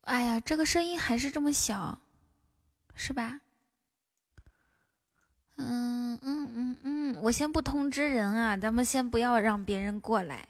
哎呀，这个声音还是这么小，是吧？我先不通知人啊，咱们先不要让别人过来。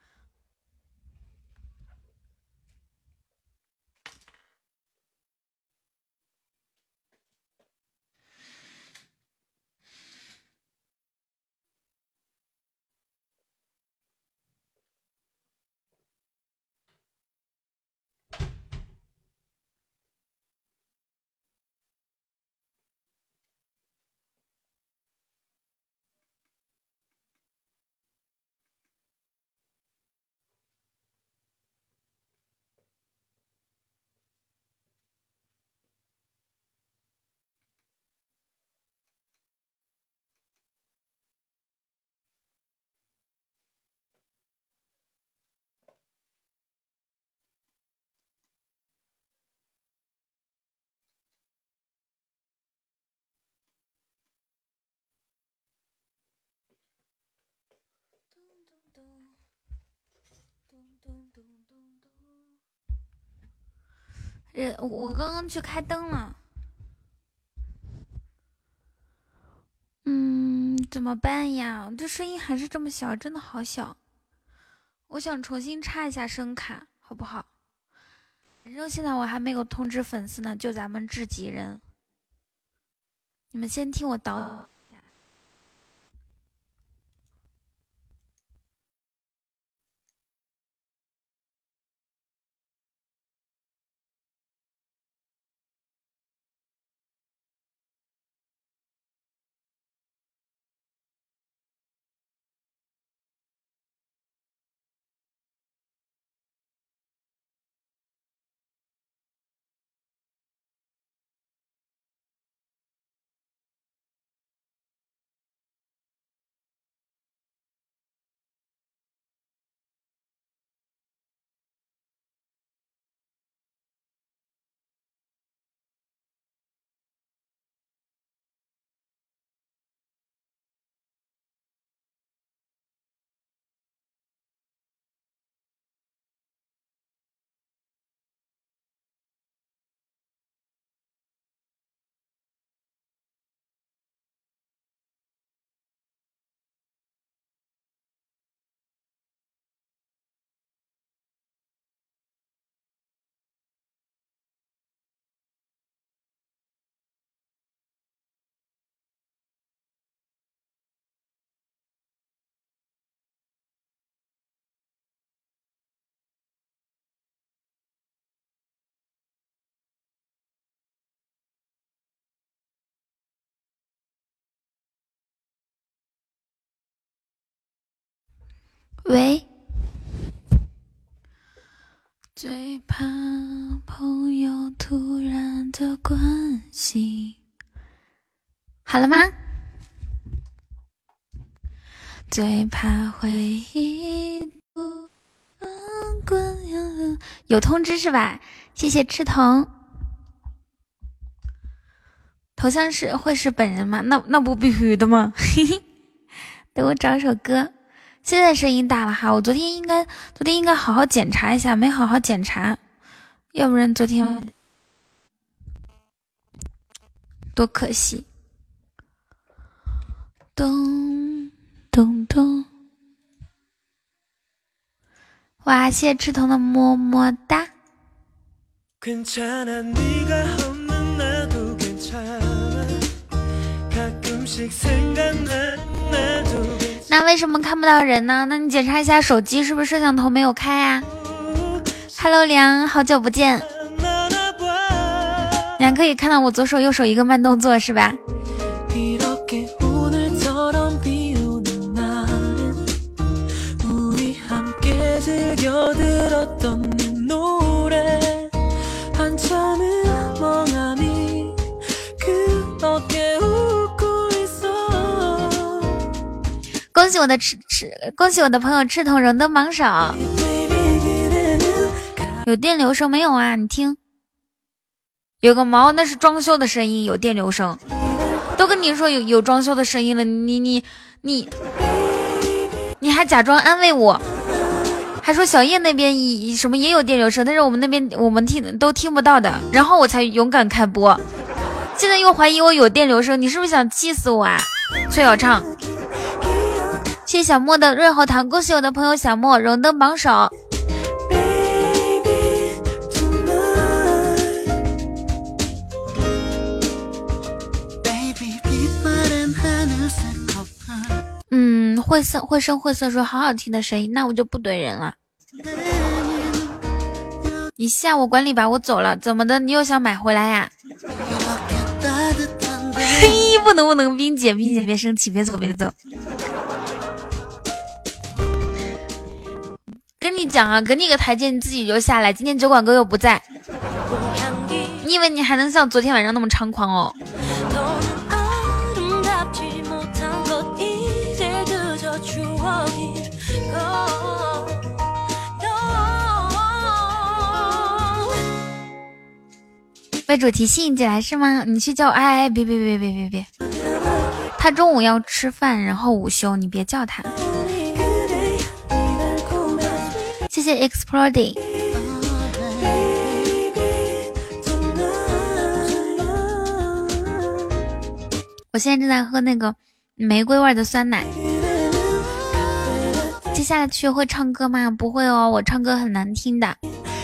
我刚刚去开灯了。怎么办呀？这声音还是这么小，真的好小。我想重新插一下声卡，好不好？反正现在我还没有通知粉丝呢，就咱们自己人。你们先听我导。喂，最怕朋友突然的关心。好了吗？最怕回忆有通知是吧？谢谢赤瞳。头像会是本人吗？那不必须的吗？嘿嘿，等我找首歌。现在声音大了哈，我昨天应该好好检查一下，没好好检查，要不然昨天多可惜。咚咚咚！哇，谢谢赤瞳的么么哒。那为什么看不到人呢？那你检查一下手机是不是摄像头没有开啊 ？Hello，梁，好久不见。你还可以看到我左手右手一个慢动作是吧？恭喜我的恭喜我的朋友赤瞳荣登榜首。有电流声没有啊？你听，有个毛，那是装修的声音，有电流声。都跟你说有装修的声音了，你还假装安慰我。 还说小叶那边什么也有电流声，但是我们那边我们都听不到的，然后我才勇敢开播。现在又怀疑我有电流声，你是不是想气死我啊？崔小畅，谢谢小莫的润喉糖，恭喜我的朋友小莫荣登榜首。绘声说好好听的声音，那我就不怼人了。你下我管理吧，我走了。怎么的？你又想买回来呀？嘿，不能，冰姐别生气，别走。跟你讲啊，给你个台阶，你自己就下来。今天酒馆哥又不在，你以为你还能像昨天晚上那么猖狂哦？被主题吸引进来是吗？你去叫哎，别，他中午要吃饭，然后午休，你别叫他。谢谢 Exploding。我现在正在喝那个玫瑰味的酸奶。接下去会唱歌吗？不会哦，我唱歌很难听的。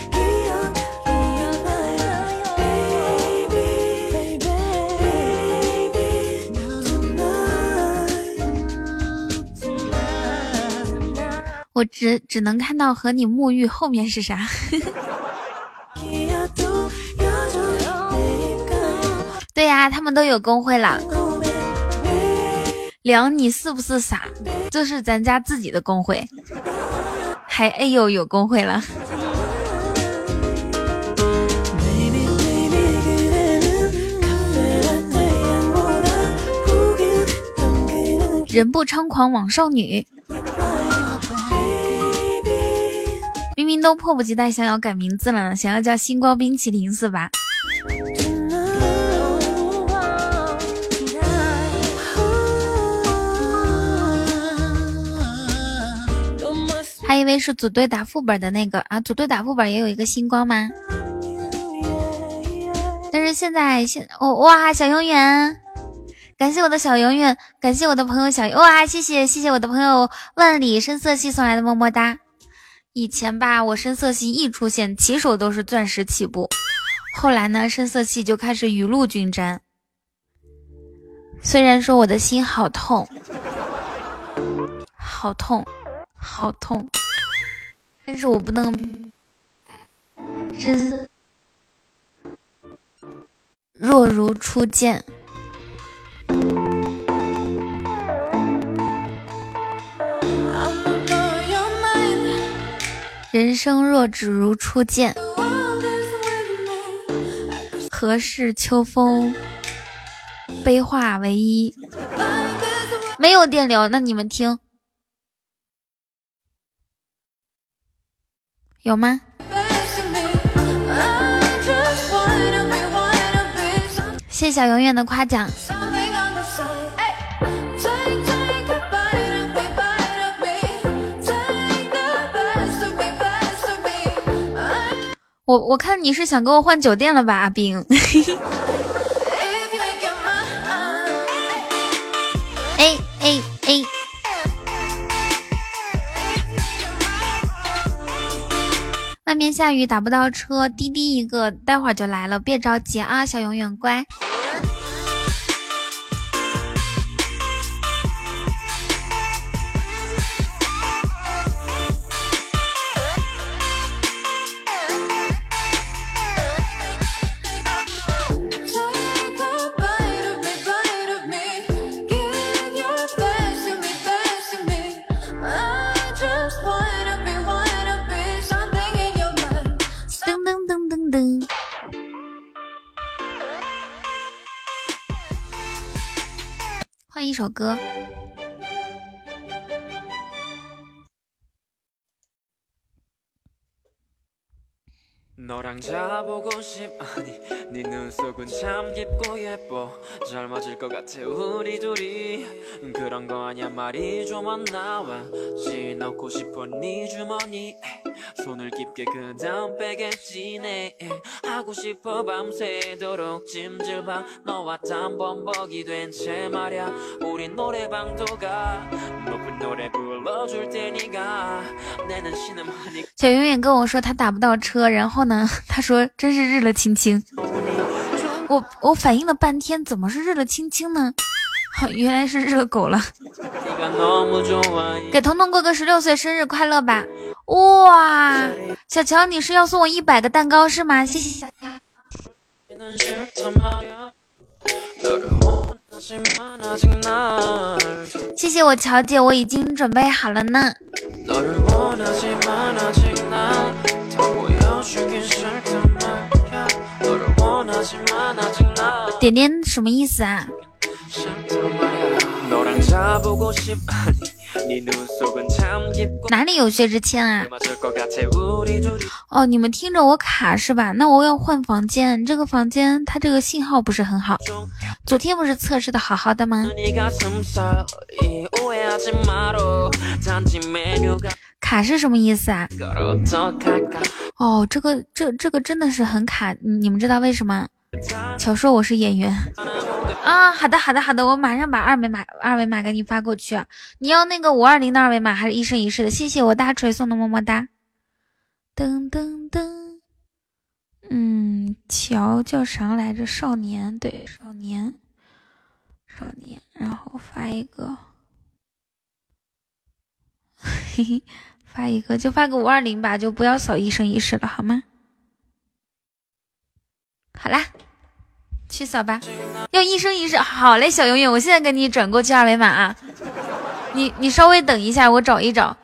我只能看到和你沐浴，后面是啥？对呀，他们都有公会了。量你是不是傻？这是咱家自己的公会，还哎呦有公会了。人不猖狂枉少女。明明都迫不及待想要改名字了，想要叫星光冰淇淋是吧？还以为是组队打副本的那个啊，组队打副本也有一个星光吗？但是现哇，小永远，感谢我的小永远，感谢我的朋友小哇，谢谢我的朋友万里深色系送来的么么哒。以前吧，我深色系一出现，起手都是钻石起步，后来呢，深色系就开始雨露均沾。虽然说我的心好痛，好痛，好痛，但是我不能真是若如初见。人生若只如初见，何事秋风悲画为一。没有电流，那你们听有吗？谢小永远的夸奖。我看你是想给我换酒店了吧，阿冰。哎，外面下雨打不到车，滴滴一个，待会儿就来了，别着急啊，小永远乖。换一首歌。 小永远跟我说他打不到车，然后呢他说真是日了青青。我反应了半天，怎么是日了青青呢？原来是热狗了。给彤彤过个16岁生日快乐吧。哇，小乔你是要送我100个蛋糕是吗？谢谢小乔。谢谢我乔姐，我已经准备好了呢。点点什么意思啊？哪里有薛之谦啊？哦，你们听着我卡是吧？那我要换房间，这个房间它这个信号不是很好。昨天不是测试的好好的吗？卡是什么意思啊？哦，这个真的是很卡，你们知道为什么？巧说我是演员啊！好的，我马上把二维码给你发过去。你要那个520的二维码还是一生一世的？谢谢我大锤送的么么哒。噔噔噔，乔叫啥来着？少年，对，少年，然后发一个，嘿嘿，发一个就发个520吧，就不要扫一生一世了，好吗？好啦，去扫吧。要一生一世，好嘞，小永远，我现在给你转过去二维码啊。你稍微等一下，我找一找。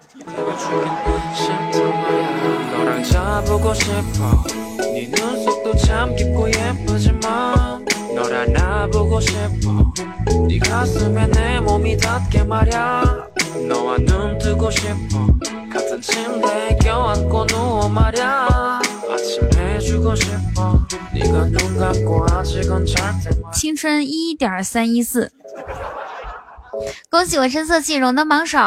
青春1.314，恭喜我深色系荣登榜首。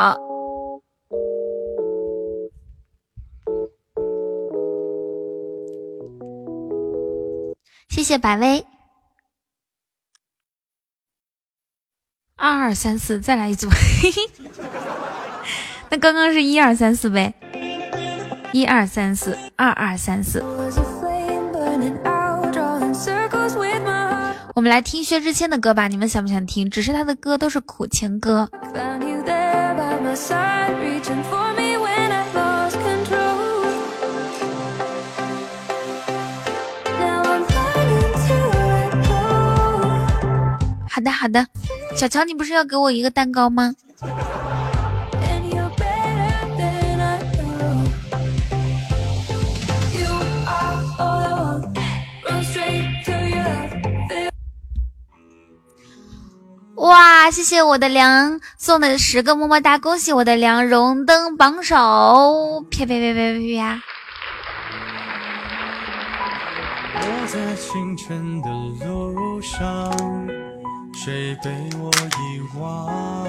谢谢百威。2234，再来一组。那刚刚是1234呗，1234，2234。我们来听薛之谦的歌吧，你们想不想听？只是他的歌都是苦情歌。好的，小乔，你不是要给我一个蛋糕吗？哇，谢谢我的良送的10个么么哒，恭喜我的良荣登榜首，啪啪啪啪啪啪。我在清晨的路上，谁被我遗忘？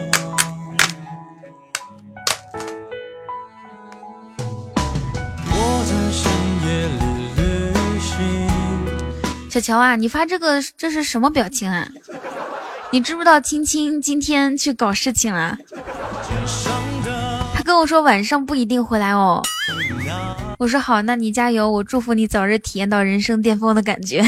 我在深夜里旅行。小乔啊，你发这是什么表情啊？你知不知道青青今天去搞事情了？他跟我说晚上不一定回来哦。我说好，那你加油，我祝福你早日体验到人生巅峰的感觉。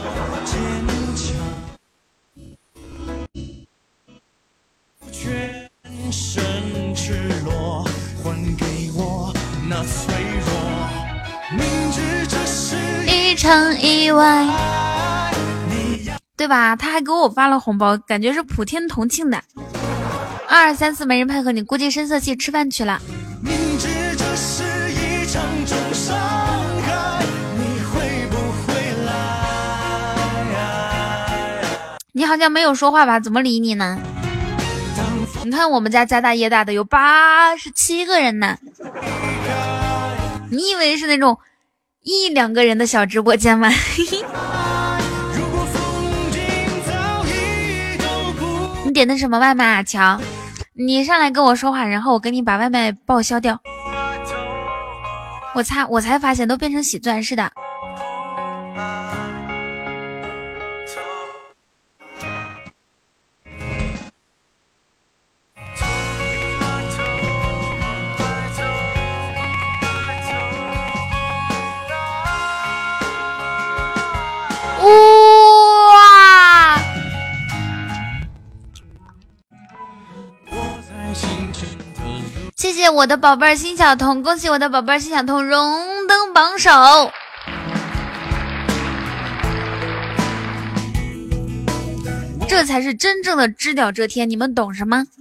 一场意外，对吧？他还给我发了红包，感觉是普天同庆的。2234没人配合你，估计深色系吃饭去了。明知这是一场重伤害，你会不会来？你好像没有说话吧？怎么理你呢？你看我们家家大业大的有87个人呢。你以为是那种 1-2个人的小直播间吗？你点的什么外卖啊，乔？你上来跟我说话，然后我给你把外卖报销掉。我才发现都变成喜钻似的。哇！谢谢我的宝贝儿辛小彤，恭喜我的宝贝儿辛小彤荣登榜首。这才是真正的知了遮天，你们懂什么？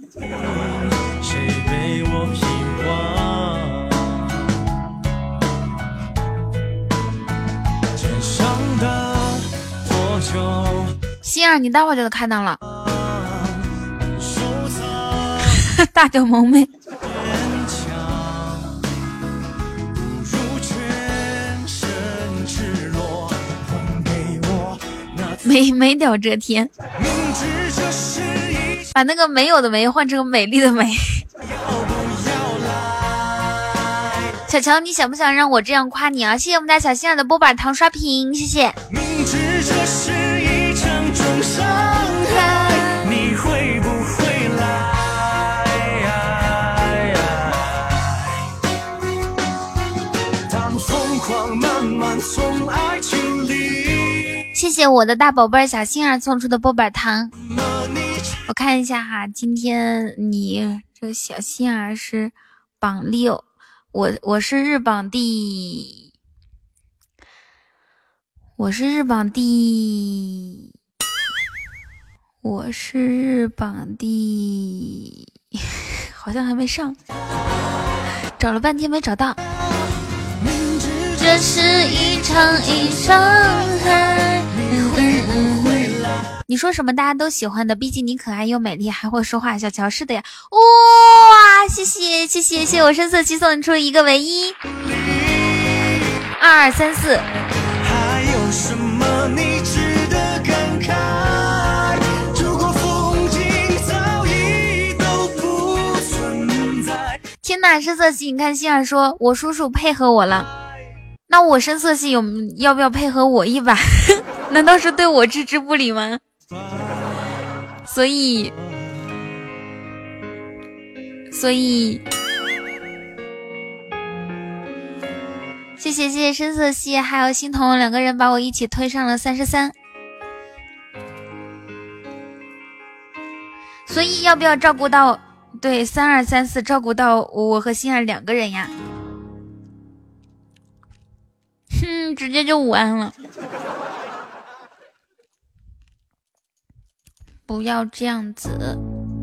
心儿，你待会儿就能看到了。大脚萌妹。美屌遮天，把那个没有的没换成美丽的美。小乔，你想不想让我这样夸你啊？谢谢我们家小心儿的波板糖刷屏，谢谢。明知这是一场重伤害，你会不会来？当疯狂慢慢从爱情里。谢谢我的大宝贝小心儿送出的波板糖。我看一下哈，今天你这小心儿是榜6。我是日榜第，好像还没上，找了半天没找到。这是一场伤害。你说什么大家都喜欢的，毕竟你可爱又美丽还会说话。小乔，是的呀。哇，谢谢我深色系送出一个唯一。2234。还有什么你值得感慨？如果风景早已都不存在。天哪，深色系，你看心儿说我叔叔配合我了，那我深色系要不要配合我一把？难道是对我置之不理吗？所以谢谢深色系还有欣桐2个人把我一起推上了33。所以要不要照顾到，对，3234照顾到我和欣儿2个人呀？直接就5安了。不要这样子。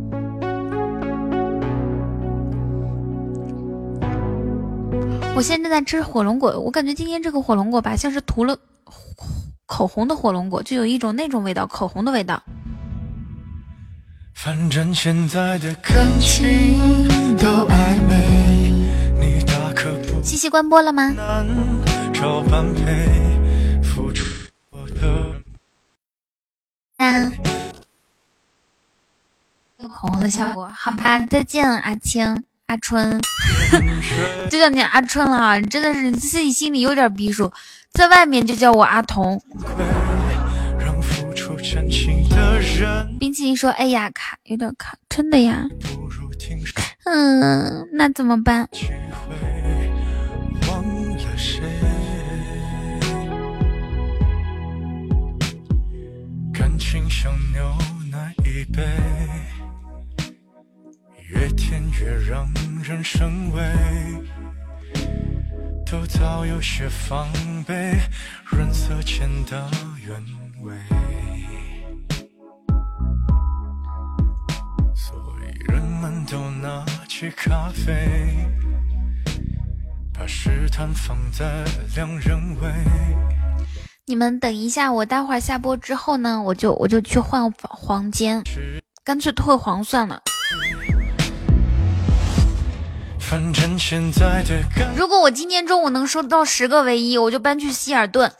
我现在在吃火龙果，我感觉今天这个火龙果吧，像是涂了口红的火龙果，就有一种那种味道，口红的味道。反正现在的感情都暧昧，你大可不西西关播了吗？找般配付出我的口红的效果，好吧，再见阿青阿春。就叫你阿春了啊，真的是你自己心里有点逼数，在外面就叫我阿童。冰淇淋说哎呀卡有点卡，真的呀。那怎么办？感情像牛奶一杯，越甜越让人生畏，都早有些防备，润色前的原味。所以人们都拿起咖啡，把试探放在2人位。你们等一下，我待会儿下播之后呢，我就去换黄间，干脆退黄算了。 如果我今天中午能收到10个唯一，我就搬去希尔顿。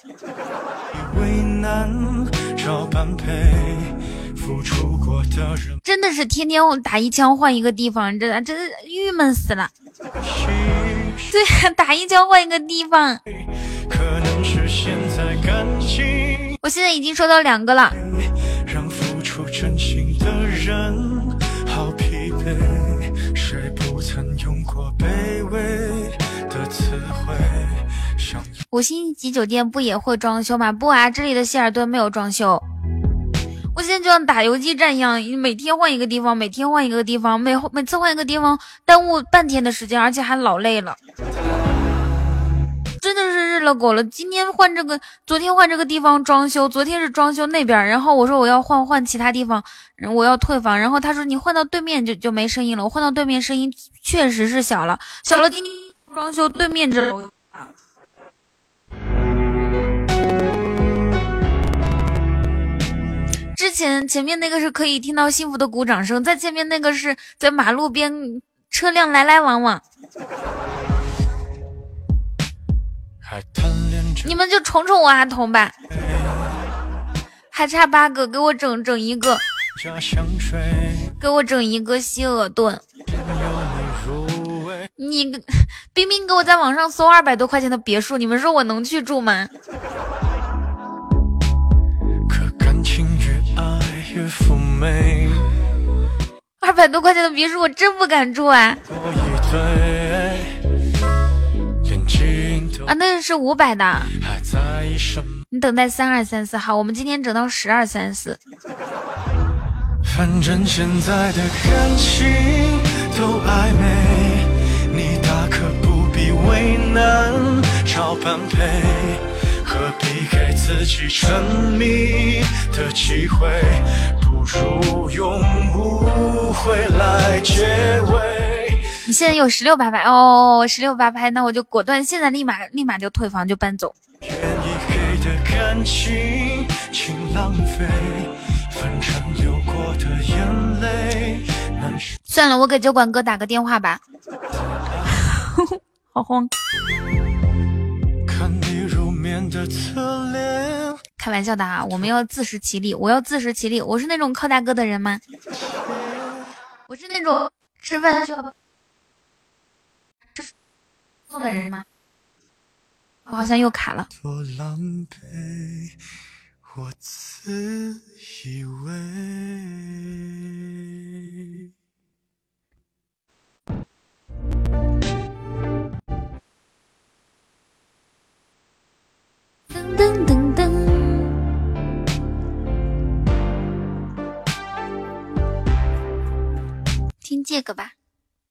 真的是天天打一枪换一个地方，真的郁闷死了。对呀，打一枪换一个地方。我现在已经收到2个了。让付出真心的人好疲惫，谁不曾用过卑微的词汇。5星级酒店不也会装修吗？不啊，这里的希尔顿没有装修。我现在就像打游击战一样，每天换一个地方，每天换一个地方，每次换一个地方耽误半天的时间，而且还老累了，真的是日了狗了。今天换这个，昨天换这个地方装修，昨天是装修那边，然后我说我要换其他地方，我要退房，然后他说你换到对面就没声音了。我换到对面声音确实是小了今天装修对面这楼。之前面那个是可以听到幸福的鼓掌声，在前面那个是在马路边车辆来来往往。你们就宠我阿童吧，还差8个，给我整一个，给我整一个希尔顿。你冰冰给我在网上搜200多块钱的别墅，你们说我能去住吗？200多块钱的别墅我真不敢住啊！啊，那是500的。你等待3234，好，我们今天整到1234。反正现在的感情都暧昧，你大可不必为难找般配，何必给自己沉迷的机会，不如用误会来结尾。你现在有16把牌哦，16把牌，那我就果断现在立马就退房就搬走。愿意给的感情请浪费，反正流过的眼泪。算了，我给酒馆哥打个电话吧。好慌。看你入眠的侧脸。开玩笑的啊，我们要自食其力，我要自食其力。我是那种靠大哥的人吗？我是那种吃饭需要做的人吗？我好像又卡了。多狼狈，我自以为。噔噔噔，听这个吧。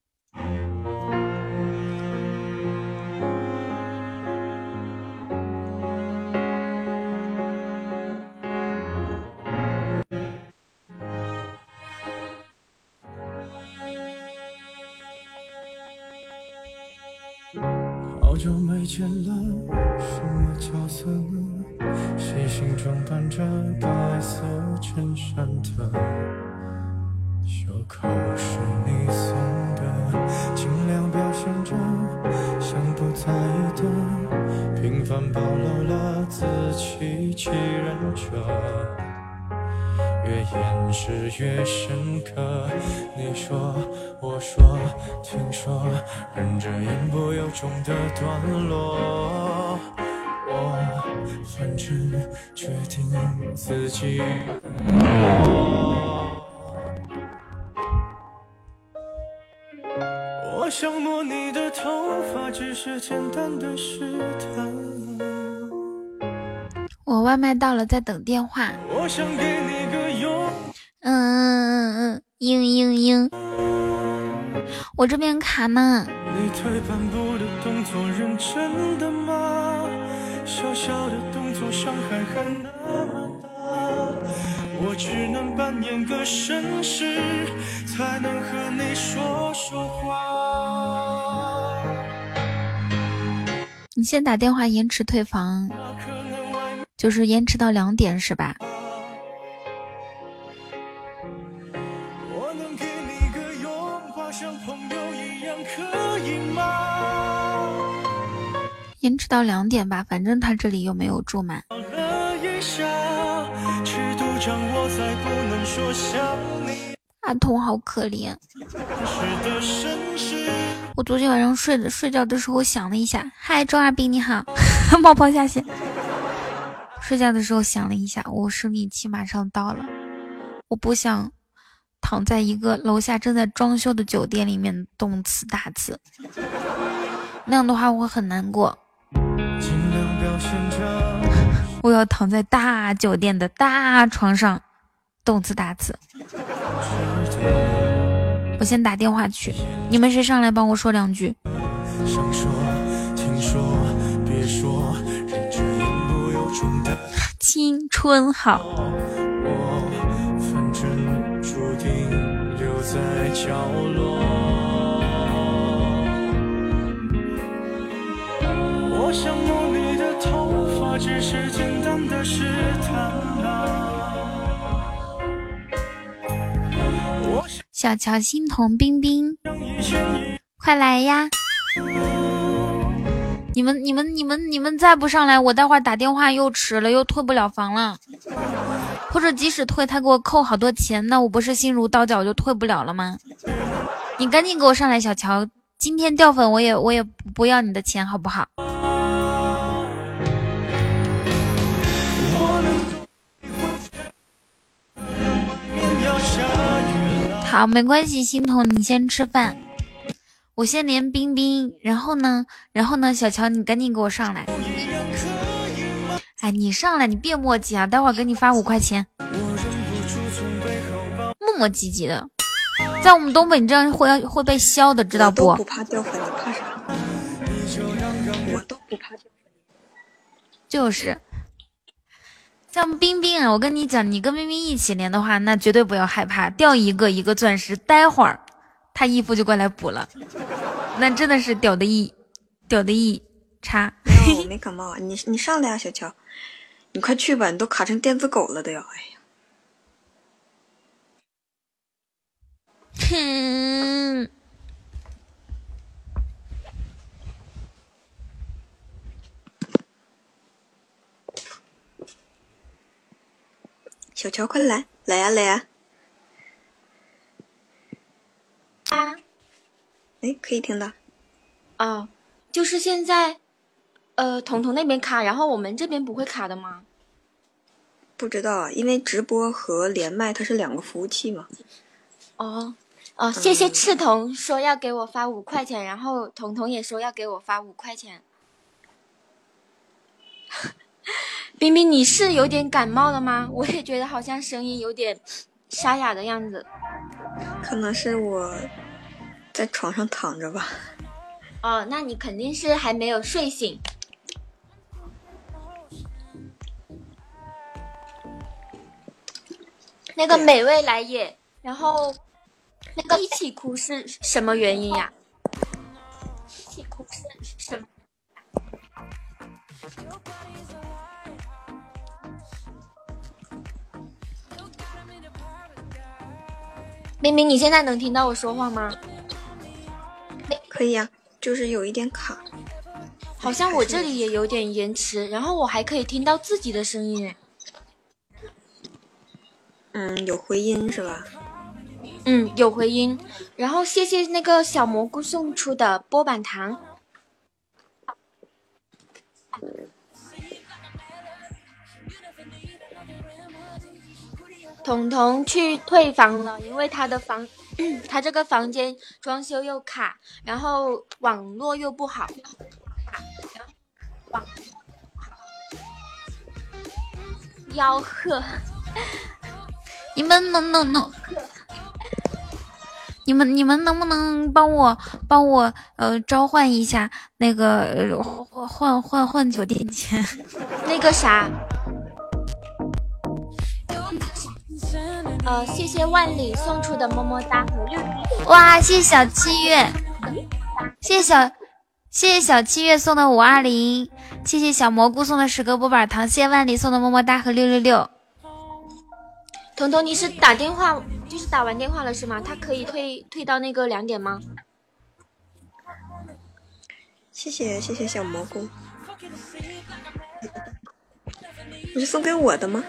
好久没见了，什么角色呢？细心装扮着白色衬衫的，袖口是你送的，尽量表现着像不在意的，平凡暴露了自欺欺人者，越掩饰越深刻。你说我说听说，忍着言不由衷的段落，我反正决定自己我想摸你的头发，只是简单的试探。我外卖到了，在等电话。我想给你个拥嘤。我这边卡呢。你退半步的动作认真的吗？小小的动作伤害还那么大，我只能扮演个绅士，才能和你说说话。你先打电话延迟退房，就是延迟到2点是吧？ 延迟到2点吧，反正他这里又没有住满。阿童好可怜。我昨天晚上睡觉的时候想了一下，嗨，周二斌你好，冒泡下线。睡觉的时候想了一下，我生理期马上到了，我不想躺在一个楼下正在装修的酒店里面动词大词，那样的话我会很难过。我要躺在大酒店的大床上动词大词。我先打电话去，你们谁上来帮我说2句？青春好。我想摸你的头发，只是简单的试探啊。小乔心疼冰冰，快来呀！你们再不上来，我待会儿打电话又迟了，又退不了房了。或者即使退，他给我扣好多钱，那我不是心如刀绞就退不了了吗？你赶紧给我上来，小乔，今天掉粉我也不要你的钱，好不好？好，没关系，心疼你先吃饭，我先连冰冰，然后呢，小乔你赶紧给我上来。哎，你上来，你别磨叽啊，待会儿给你发5块钱。磨磨唧唧的，在我们东北你这样会被削的，知道不？ 我都不怕掉粉，你怕啥？我都不怕掉粉。 就是。像冰冰啊，我跟你讲，你跟冰冰一起连的话，那绝对不要害怕，掉一个钻石，待会儿他义父就过来补了，那真的是屌的一叉。 没有，我没感冒啊，你上来啊，小乔，你快去吧，你都卡成电子狗了都要，哎呀。 哼。 小乔快来呀！ 啊， 哎，可以听到。 哦，就是现在，彤彤那边卡，然后我们这边不会卡的吗？ 不知道啊，因为直播和连麦它是2个服务器嘛。 哦，谢谢赤瞳说要给我发5块钱，然后彤彤也说要给我发5块钱。冰冰，你是有点感冒了吗？我也觉得好像声音有点沙哑的样子。 可能是我在床上躺着吧。 哦，那你肯定是还没有睡醒。那个美味来也，然后那个一起哭是什么原因呀？一起哭是什么？明明你现在能听到我说话吗？ 可以啊，就是有一点卡。 好像我这里也有点延迟，然后我还可以听到自己的声音。 有回音是吧？ 有回音。然后谢谢那个小蘑菇送出的波板糖。彤彤去退房了，因为他这个房间装修又卡，然后网络又不好。吆喝， 你们能，你们能不能帮我召唤一下那个换酒店钱？ 那个啥。谢谢万里送出的么么哒和666。 哇，谢谢小七月，谢谢小七月送的520，谢谢小蘑菇送的10个波板糖，谢谢万里送的么么哒和666。 彤彤，你是打电话，就是打完电话了是吗？他可以退到那个2点吗？ 谢谢小蘑菇，你是送给我的吗？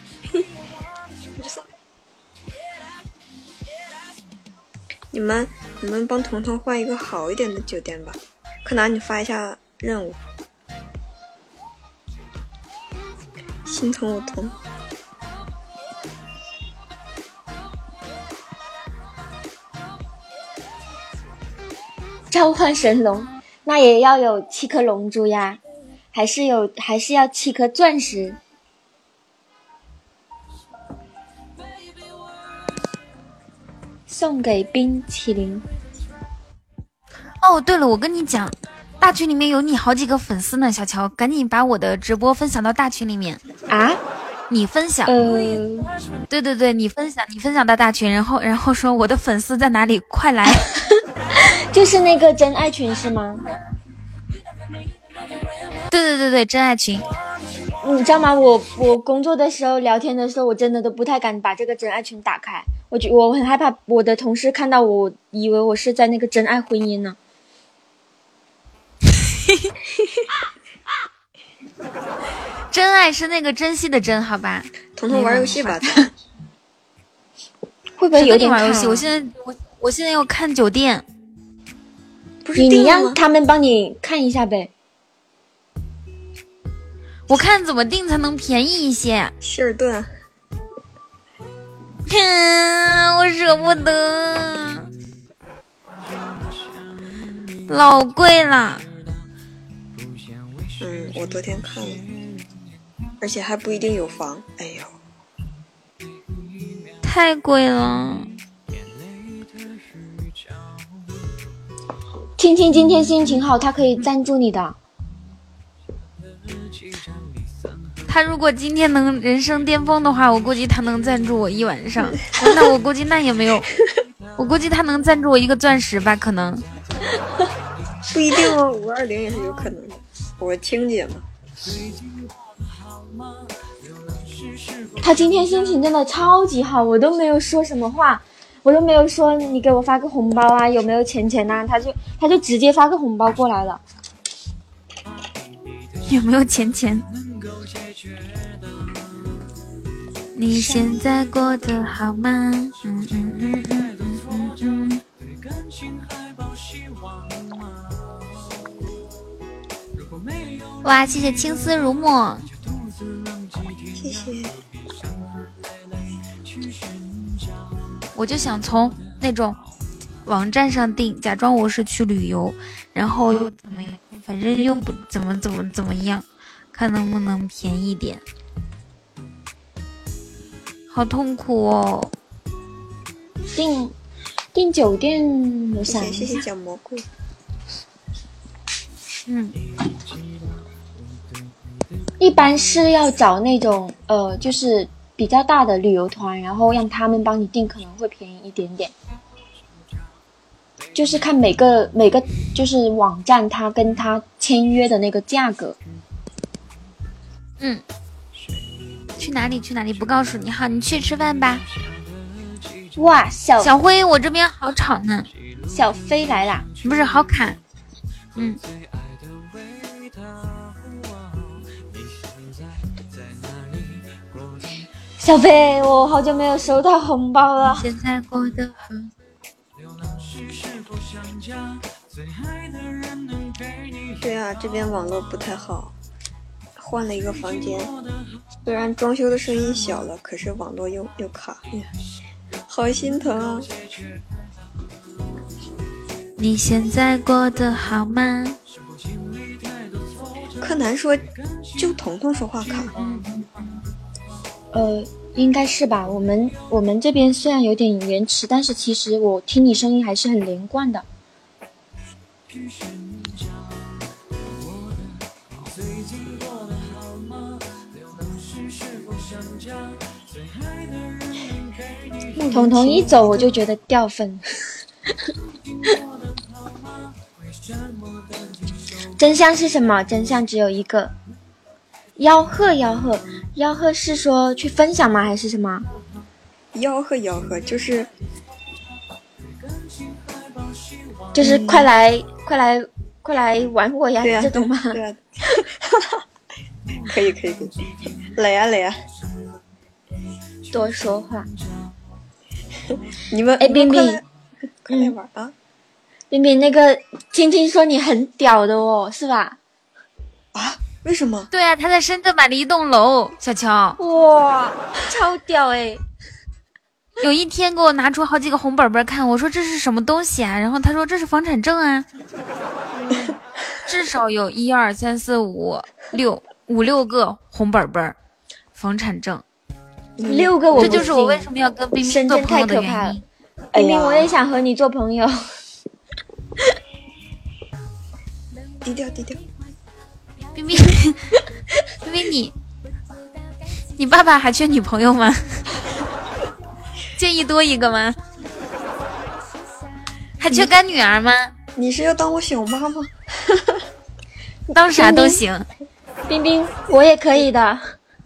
你们帮彤彤换一个好一点的酒店吧。柯南，你发一下任务。心疼我疼。 召唤神龙，那也要有7颗龙珠呀，还是要7颗钻石。送给冰淇淋。 哦，对了，我跟你讲，大群里面有你好几个粉丝呢，小乔，赶紧把我的直播分享到大群里面啊！ 你分享，对，你分享到大群，然后说我的粉丝在哪里，快来， 就是那个真爱群是吗？ 对，真爱群。 你知道吗？我工作的时候聊天的时候，我真的都不太敢把这个真爱群打开，我很害怕我的同事看到我，以为我是在那个真爱婚姻呢。 真爱是那个珍惜的珍，好吧？ 彤彤玩游戏吧， 会不会有点玩游戏？我现在要看酒店， 不是你让他们帮你看一下呗。 我看怎么订才能便宜一些。 希尔顿， 我舍不得，老贵了。 我昨天看了，而且还不一定有房。哎呦， 太贵了。 青青今天心情好，他可以赞助你的。 他如果今天能人生巅峰的话，我估计他能赞助我1晚上。那我估计那也没有，我估计他能赞助我1个钻石吧，可能。 不一定哦，520也是有可能的。我亲姐嘛。 他今天心情真的超级好，我都没有说什么话，我都没有说你给我发个红包啊，有没有钱啊，他就直接发个红包过来了。 有没有钱？你现在过得好吗？哇，谢谢青丝如墨， 谢谢。 我就想从那种网站上订，假装我是去旅游，然后又怎么样，反正又不怎么样，看能不能便宜点。好痛苦哦！ 订酒店有啥？ 谢谢小蘑菇。 一般是要找那种就是比较大的旅游团，然后让他们帮你订，可能会便宜一点点。就是看每个就是网站他跟他签约的那个价格。 去哪里不告诉你。好，你去吃饭吧。 哇， 小辉，我这边好吵呢。 小飞来啦， 不是好卡。 小飞，我好久没有收到红包了。 现在过得好。 对啊，这边网络不太好，换了一个房间，虽然装修的声音小了，可是网络又卡，好心疼啊！ 你现在过得好吗？ 柯南说就彤彤说话卡。 应该是吧。我们这边虽然有点延迟，但是其实我听你声音还是很连贯的。彤彤一走我就觉得掉分。真相是什么？真相只有一个。吆喝是说去分享吗？还是什么？ 吆喝吆喝，就是快来玩我呀， 对啊， 这种吗？ 对啊，可以，来呀， 多说话。 你们冰冰， 快来玩啊！ 冰冰，那个青青说你很屌的哦，是吧？ 啊？为什么？ 对啊，他在深圳买了一栋楼，小乔。 哇，超屌哎！ 有一天给我拿出好几个红本本看，我说这是什么东西啊？然后他说这是房产证啊，至少有1、2、3、4、5、6个红本本，房产证 6个我不信， 这就是我为什么要跟冰冰做朋友的原因。 冰冰，我也想和你做朋友。 低调。 冰冰，冰冰，你爸爸还缺女朋友吗？介意多一个吗？还缺干女儿吗？ 你是要当我小妈吗？ 当啥都行。 冰冰，我也可以的。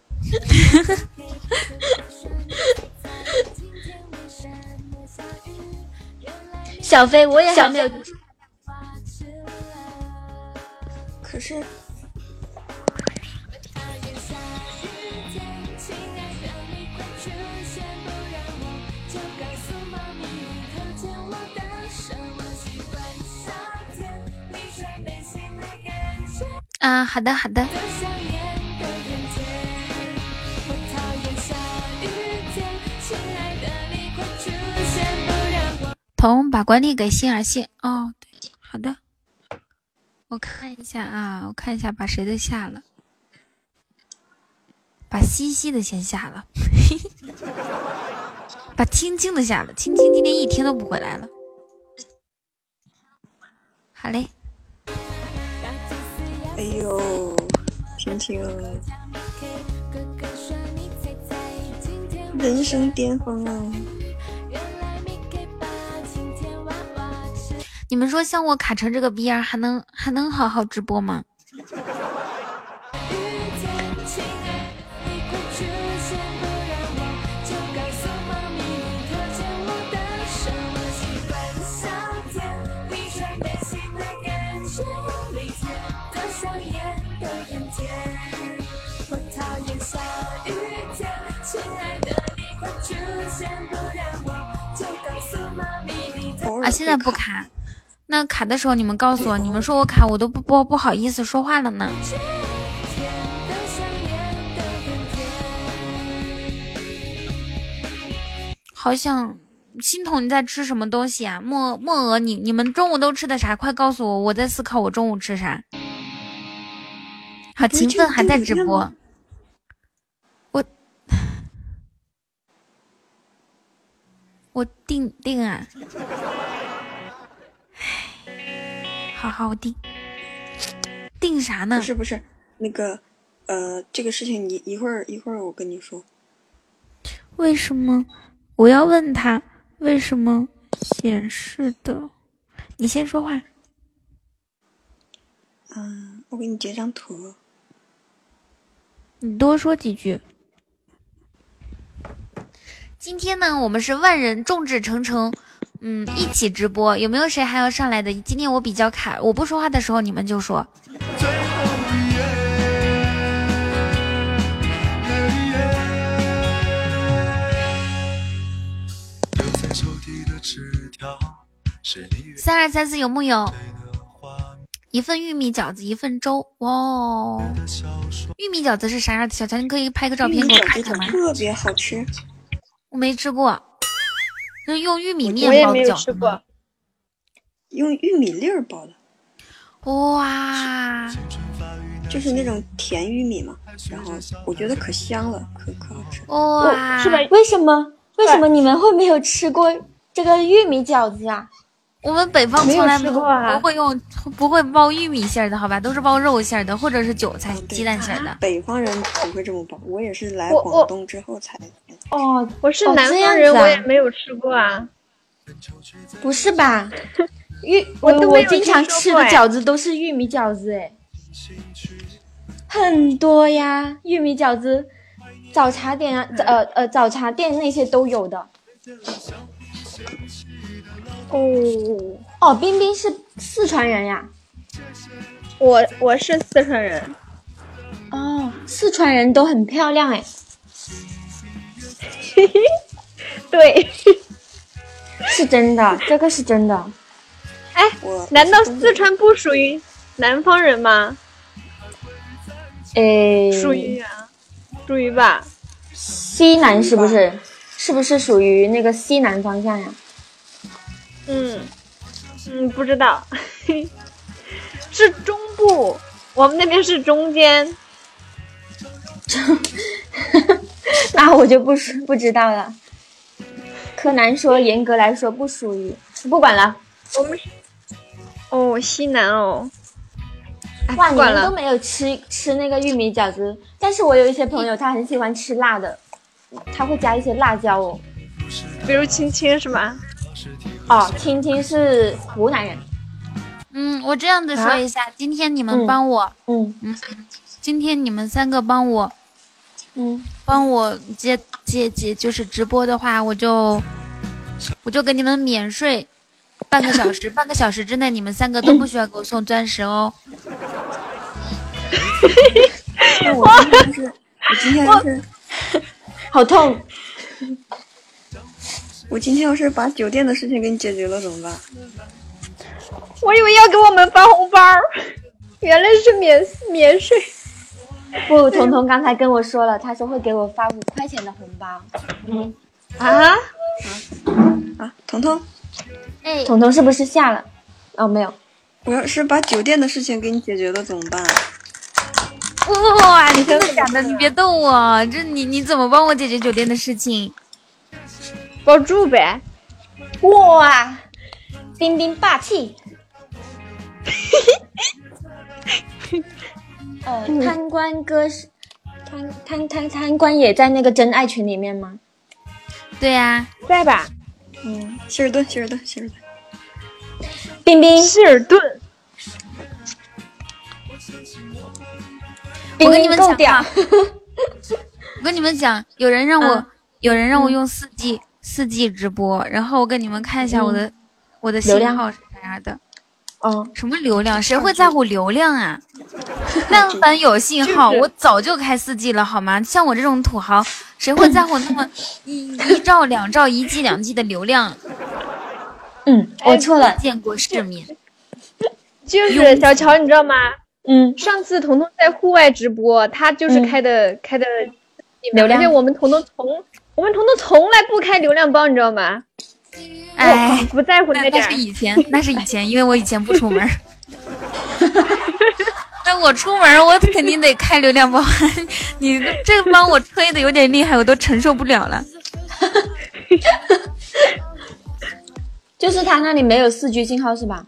小飞，我也还没有。 可是。 啊，好的。彤把管理给欣儿谢哦，对，好的。我看一下，把谁的下了？把西西的先下了，把青青的下了。青青今天一天都不回来了。好嘞。 哎呦，青青，人生巅峰啊！ 你们说像我卡成这个逼样，还能好好直播吗？啊，现在不卡。那卡的时候你们告诉我，你们说我卡，我都不好意思说话了呢。好想心彤，你在吃什么东西啊？莫鹅，你们中午都吃的啥？快告诉我，我在思考我中午吃啥。好，勤奋还在直播。我定啊。好，我定啥呢？ 不是，那个，这个事情你一会儿我跟你说。 为什么？我要问他为什么显示的？你先说话。 我给你截张图。 你多说几句。今天呢，我们是万人众志成城。一起直播，有没有谁还要上来的？今天我比较卡，我不说话的时候你们就说。3234有木有？一份玉米饺子，一份粥。哇，玉米饺子是啥样的？小乔，你可以拍个照片给我看看吗？ 特别好吃。 我没吃过，是用玉米面包的饺子吗？ 用玉米粒儿包的。 哇， 就是那种甜玉米嘛，然后我觉得可香了，可好吃。 哇， 是吧？为什么你们会没有吃过这个玉米饺子呀？ 我们北方从来不会包玉米馅的，好吧，都是包肉馅的，或者是韭菜、鸡蛋馅的。 北方人不会这么包，我也是来广东之后才。 哦，我是南方人，我也没有吃过啊。 不是吧？我经常吃的饺子都是玉米饺子，很多呀，玉米饺子早茶店啊，早茶店那些都有的。哦，冰冰是四川人呀？ 我是四川人。 哦，四川人都很漂亮哎。 对， 是真的，这个是真的。 哎，难道四川不属于南方人吗？属于啊，属于吧。 西南是不是？是不是属于那个西南方向呀？ 不知道。是中部，我们那边是中间。 那我就不知道了。柯南说严格来说不属于，不管了。 我们是西南哦。 哇，你们都没有吃那个玉米饺子，但是我有一些朋友他很喜欢吃辣的，他会加一些辣椒哦。 比如青青是吗？ 哦，青青是湖南人。 我这样子说一下，今天你们帮我，今天你们3个帮我，帮我接就是直播的话，我就给你们免税半个小时，半个小时之内你们3个都不需要给我送钻石哦。 我今天要是好痛。 我今天要是把酒店的事情给你解决了怎么办？ 我以为要给我们发红包，原来是免税。 不，彤彤刚才跟我说了，他说会给我发5块钱的红包。 彤彤， 彤彤是不是下了？哦，没有。 我要是把酒店的事情给你解决了怎么办？ 哇，你真的假的？你别逗我，这你怎么帮我解决酒店的事情？ 包住呗。 哇，冰冰霸气。贪官哥是贪官也在那个真爱群里面吗？ 对呀， 在吧。 希尔顿。 冰冰， 希尔顿。 我跟你们讲，我跟你们讲，有人让我用4G 直播，然后我给你们看一下我的信号是啥样的。什么流量？谁会在乎流量啊？但凡有信号，我早就开4G 了，好吗？像我这种土豪，谁会在乎那么1兆、2兆、1 G、2 G 的流量？ 我错了， 见过世面。 就是小乔，你知道吗？上次彤彤在户外直播，他就是开的流量， 而且我们彤彤从来不开流量包，你知道吗？ 哎， 不在乎那点。 那是以前，因为我以前不出门。那我出门，我肯定得开流量包。你这帮我吹的有点厉害，我都承受不了了。 就是他那里没有4G 信号是吧？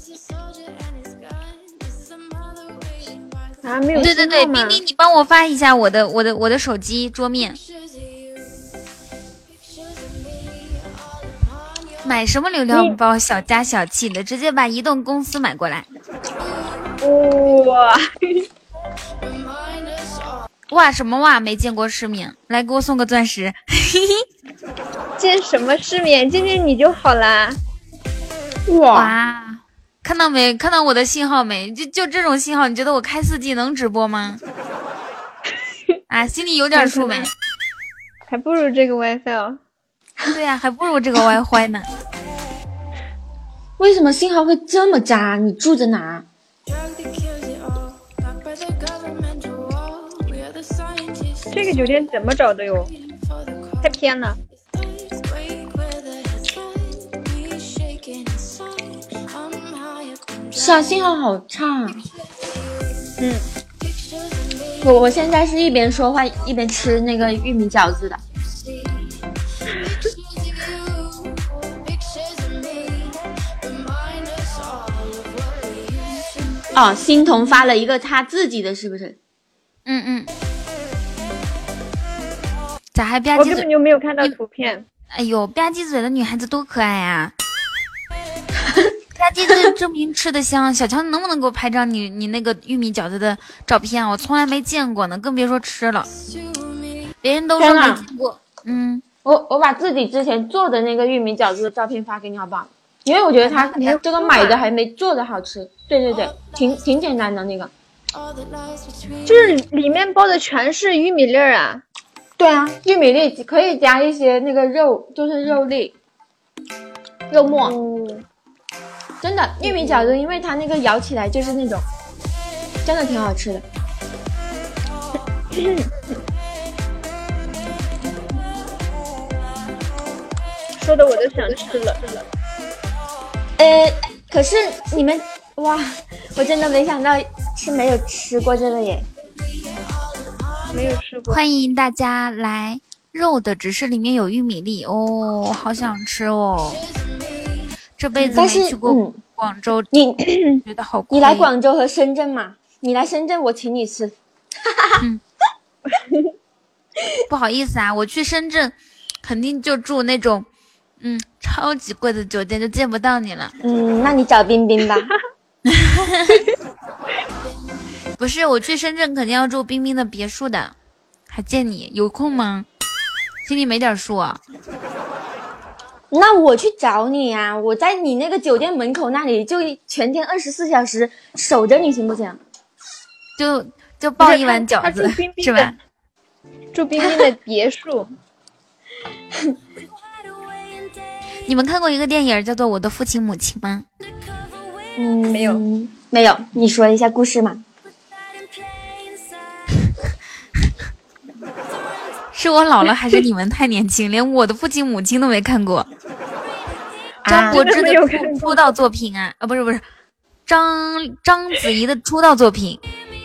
没有。 对，冰冰，你帮我发一下我的手机桌面。买什么流量包，小家小气的，直接把移动公司买过来。哇，什么哇？没见过世面，来给我送个钻石。 见什么世面？见见你就好啦。 哇，看到没？看到我的信号没？就这种信号，你觉得我开4G 能直播吗？心里有点数没？ 还不如这个 WiFi 哦。 对呀，还不如这个 WiFi 呢。 为什么信号会这么渣？你住在哪？ 这个酒店怎么找的哟？太偏了。 是啊，信号好差。我现在是一边说话一边吃那个玉米饺子的。欣桐发了一个他自己的，是不是？ 咋还吧唧嘴？ 我根本就没有看到图片。 哎呦，吧唧嘴的女孩子多可爱啊！吧唧嘴证明吃得香。小乔，你能不能给我拍张你那个玉米饺子的照片？我从来没见过呢，更别说吃了。 别人都说没见过。 我把自己之前做的那个玉米饺子的照片发给你好不好？因为我觉得它这个买的还没做的好吃。对，挺简单的那个。 就是里面包的全是玉米粒儿啊。 对啊，玉米粒可以加一些那个肉，就是肉粒、肉末。真的玉米饺子，因为它那个咬起来就是那种，真的挺好吃的。 说的我都想吃了。 可是你们哇，我真的没想到是没有吃过这个耶。 没有吃过。 欢迎大家来，肉的只是里面有玉米粒哦，好想吃哦。这辈子没去过广州， 你觉得好亏。 你来广州和深圳嘛？你来深圳我请你吃。 不好意思啊，我去深圳肯定就住那种超级贵的酒店，就见不到你了。 那你找冰冰吧。 不是，我去深圳肯定要住冰冰的别墅的，还见你，有空吗？心里没点数啊？ 那我去找你啊，我在你那个酒店门口那里，就全天24小时守着你，行不行？ 就抱一碗饺子，是吧？ 住冰冰的别墅。 你们看过一个电影叫做《我的父亲母亲》吗？ 没有，你说一下故事嘛。 是我老了还是你们太年轻，连我的父亲母亲都没看过？张柏芝的出道作品啊，不是章子怡的出道作品。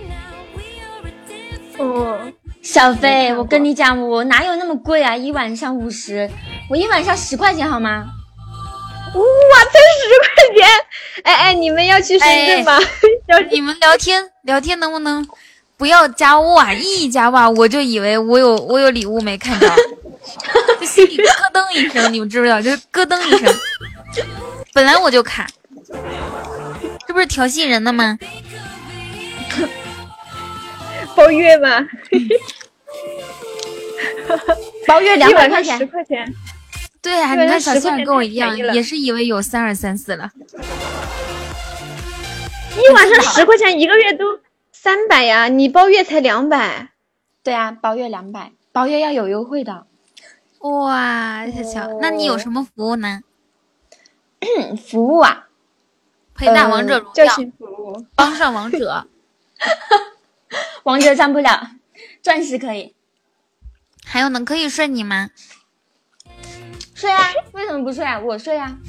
小飞，我跟你讲，我哪有那么贵啊？一晚上50，我一晚上10块钱好吗？ 哇，才10块钱！哎，你们要去深圳吗？ 你们聊天能不能不要加哇？一加哇，我就以为我有礼物没看着，就心里咯噔一声，你们知不知道？就是咯噔一声。本来我就卡，这不是调戏人的吗？ 包月吗？ 包月200块钱 ，10块钱。 对啊，你看小仙儿跟我一样，也是以为有3234了。 一晚上10块钱，一个月都300呀，你包月才200。 对啊，包月200，包月要有优惠的。 哇，小乔，那你有什么服务呢？ 服务啊， 陪打王者荣耀， 教训服务， 帮上王者。 王者上不了，钻石可以。 还有呢，可以睡你吗？ 睡啊，为什么不睡啊？我睡啊。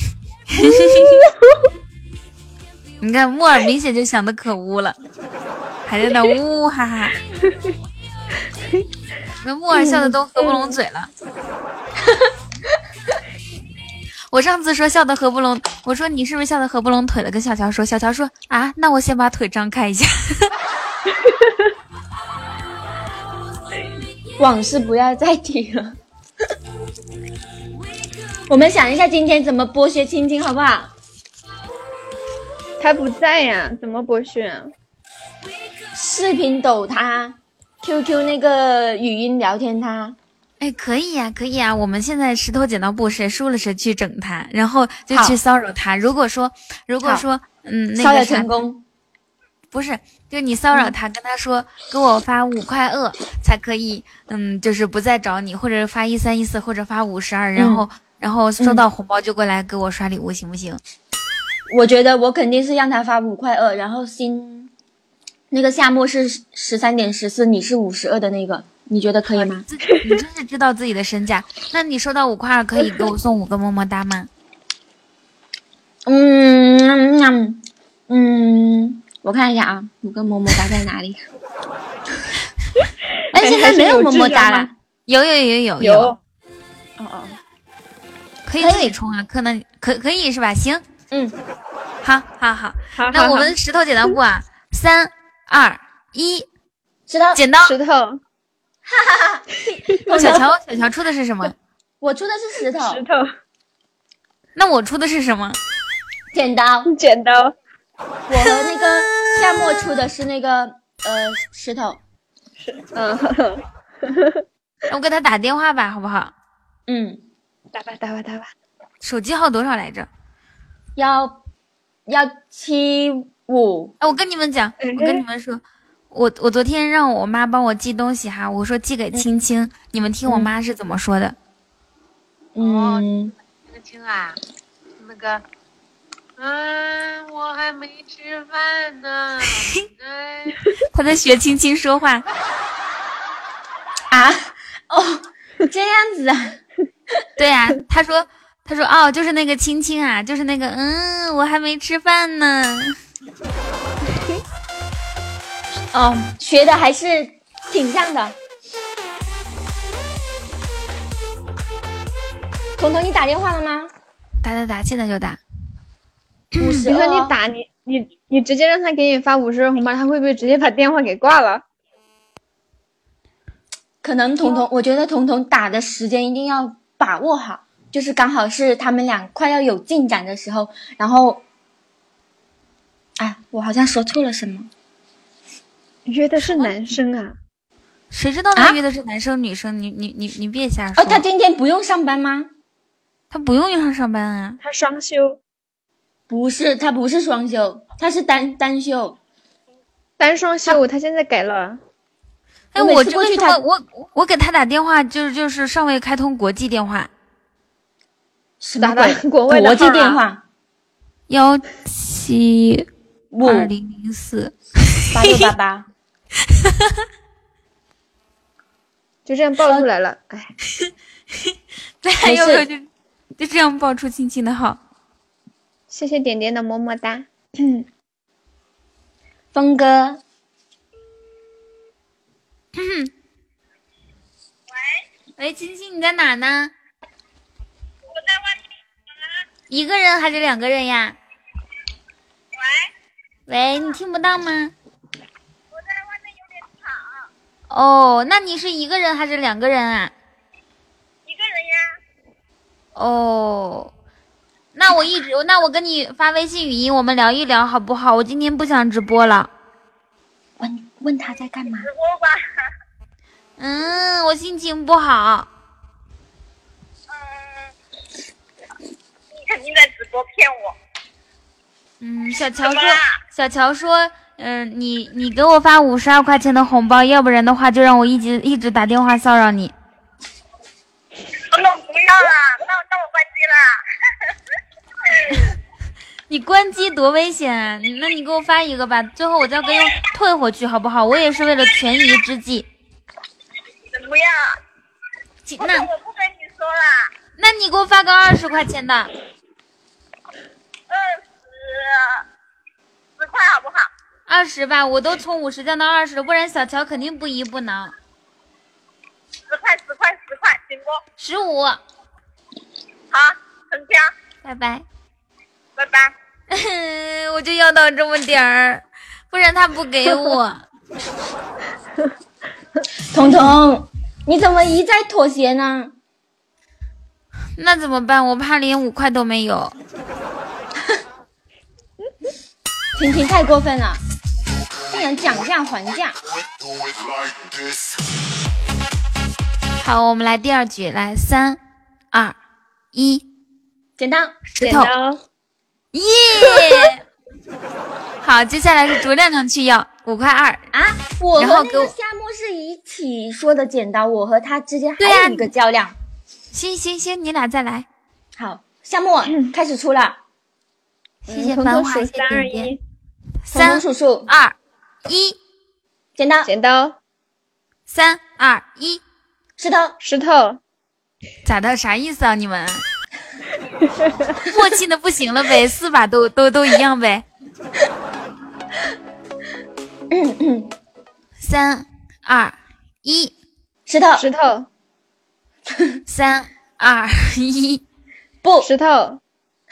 你看木耳明显就想的可污了，还在那呜哈哈。那木耳笑的都合不拢嘴了。我上次说笑的合不拢，我说你是不是笑的合不拢腿了？跟小乔说，小乔说啊，那我先把腿张开一下。 往事不要再提了。我们想一下今天怎么剥削青青好不好？ 他不在呀，怎么剥削啊？ 视频抖他 ，QQ 那个语音聊天他。 哎，可以呀，可以呀。我们现在石头剪刀布，谁输了谁去整他，然后就去骚扰他。如果说那个骚扰成功， 不是，就你骚扰他，跟他说给我发5块2才可以，就是不再找你，或者发1314，或者发52，然后收到红包就过来给我刷礼物，行不行？ 我觉得我肯定是让他发5块2，然后那个夏末是13.14，你是52的那个，你觉得可以吗？ 你真是知道自己的身价。那你收到5块2可以给我送5个么么哒吗？ 我看一下啊，5个么么哒在哪里？哎，现在没有么么哒了。 有。 哦， 可以自己充啊，可以是吧？行，好，那我们石头剪刀布啊，3、2、1， 石头剪刀， 石头， 哈。 小乔出的是什么？ 我出的是石头。 那我出的是什么？ 剪刀。我和那个夏末出的是那个石头。 我给他打电话吧，好不好？ 打吧。 手机号多少来着 ？175。 我跟你们讲，我跟你们说，我昨天让我妈帮我寄东西哈，我说寄给青青，你们听我妈是怎么说的？ 青青啊，那个，我还没吃饭呢。 他在学青青说话啊？哦，这样子啊？ 对啊，他说哦，就是那个青青啊，就是那个我还没吃饭呢。 哦，学的还是挺像的。彤彤，你打电话了吗？ 打，现在就打。 52。 你说你打你直接让他给你发50红包，他会不会直接把电话给挂了？ 可能我觉得彤彤打的时间一定要把握好，就是刚好是他们俩快要有进展的时候，然后，我好像说错了什么。 约的是男生啊？ 谁知道他约的是男生女生？你别瞎说。 他今天不用上班吗？ 他不用上班啊。 他双休。 不是，他不是双休，他是单休。 单双休，他现在改了。 我这个我给他打电话就是尚未开通国际电话。 打的国外的国际电话 ？1720048688。 就这样报出来了，哎， 对，有可能就这样报出青青的号。 谢谢点点的么么哒。 峰哥。 喂，青青你在哪呢？ 我在外面。 一个人还是2个人呀？喂，你听不到吗？ 我在外面有点吵。 哦，那你是一个人还是2个人啊？ 一个人呀。 哦，那我跟你发微信语音，我们聊一聊好不好？我今天不想直播了。 问他在干嘛？ 直播吧。 我心情不好。 你肯定在直播骗我。 小乔说，你给我发52块钱的红包，要不然的话就让我一直打电话骚扰你。 那不要了，那我关机了。 你关机多危险啊！那你给我发一个吧，最后我再给你退回去好不好？我也是为了权宜之计。 不要。 那我不跟你说了。 那你给我发个20块钱的。 10块好不好 ？20吧，我都从50降到20了，不然小乔肯定不依不挠。 10块，行不 ？15。 好，成交。 拜拜。 拜拜。 我就要到这么点儿，不然他不给我。 彤彤，你怎么一再妥协呢？ 那怎么办？我怕连5块都没有。 晴晴太过分了，竟然讲价还价。 好，我们来第2局，来3、2、1， 剪刀， 石头，耶！好，接下来是卓亮亮去要5块2 啊！我和那个夏沫是一起说的剪刀，我和他之间还有一个较量。 行，你俩再来。 好，夏沫开始出了。 谢谢繁华，谢谢点点。3、 数数 2、1， 剪刀， 3、2、1， 石头。 咋的？啥意思啊？你们默契的不行了呗？4把都一样呗。3、2、1， 石头。 3、2、1， 不， 石头。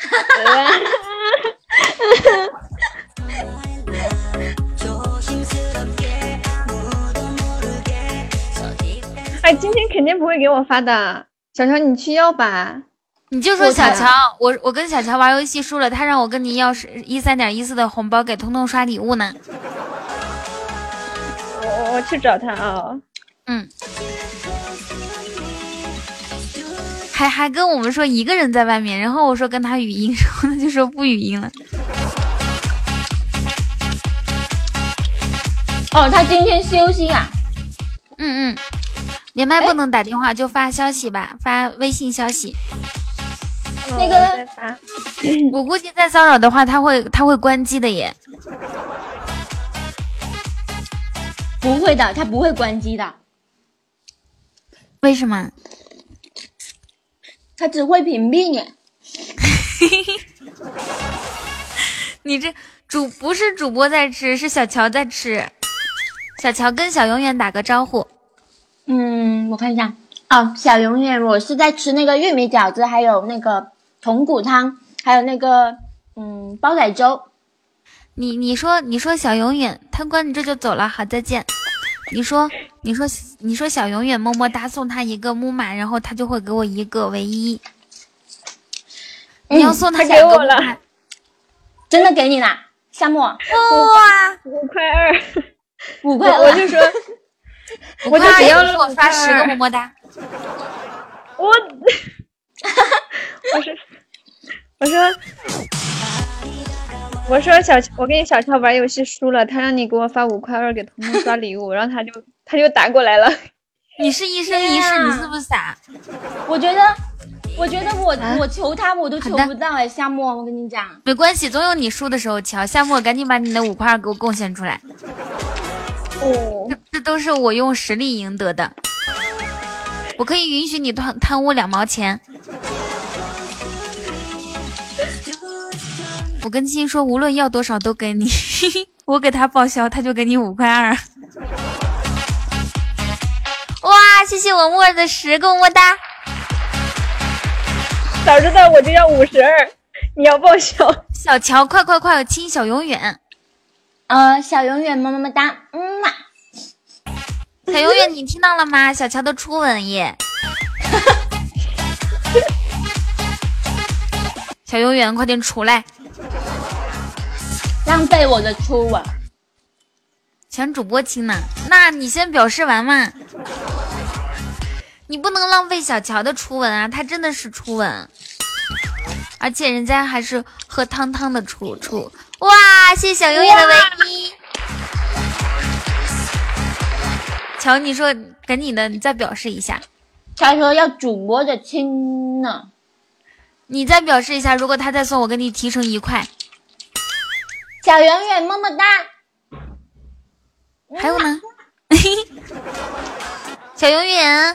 哎，今天肯定不会给我发的，小乔你去要吧。 你就说小乔，我跟小乔玩游戏输了，他让我跟你要13.14的红包给彤彤刷礼物呢。 我去找他啊。 还跟我们说一个人在外面，然后我说跟他语音，然后他就说不语音了。 哦，他今天休息啊。 连麦不能打电话，就发消息吧，发微信消息。 那个， 我估计再骚扰的话，他会关机的耶。 不会的，他不会关机的。 为什么？ 他只会屏蔽你。 你这不是主播在吃，是小乔在吃。小乔跟小永远打个招呼。 我看一下。哦，小永远，我是在吃那个玉米饺子，还有那个豚骨汤，还有那个煲仔粥。 你说小永远，他关你这就走了，好再见。你说小永远么么哒，送他一个木马，然后他就会给我一个唯一。你要送他给我了， 真的给你了，夏沫。 哇 ，5.2，5块 2， 我就说， 我就只要给我发10个么么哒。 我说我跟小乔玩游戏输了，他让你给我发5.2块给彤彤刷礼物，然后他就打过来了。 你是一生一世，你是不是傻？ 我觉得我求他我都求不到哎，夏沫，我跟你讲。 没关系，总有你输的时候。乔，夏沫，赶紧把你的5.2给我贡献出来。这都是我用实力赢得的。我可以允许你贪污2毛钱。我跟青说，无论要多少都给你。我给他报销，他就给你5.2块。哇，谢谢我沫儿的10个么么哒。 早知道我就要52，你要报销。 小乔，快，亲小永远。 小永远么么哒， 小永远，你听到了吗？小乔的初吻耶。小永远，快点出来！ 浪费我的初吻。 抢主播亲呢？那你先表示完嘛。你不能浪费小乔的初吻啊，他真的是初吻，而且人家还是喝汤汤的初。哇，谢谢小永远的唯一。乔，你说赶紧的，你再表示一下。 他说要主播的亲呢。 你再表示一下，如果他再送，我给你提成1块。 小永远么么哒。 还有呢？小永远，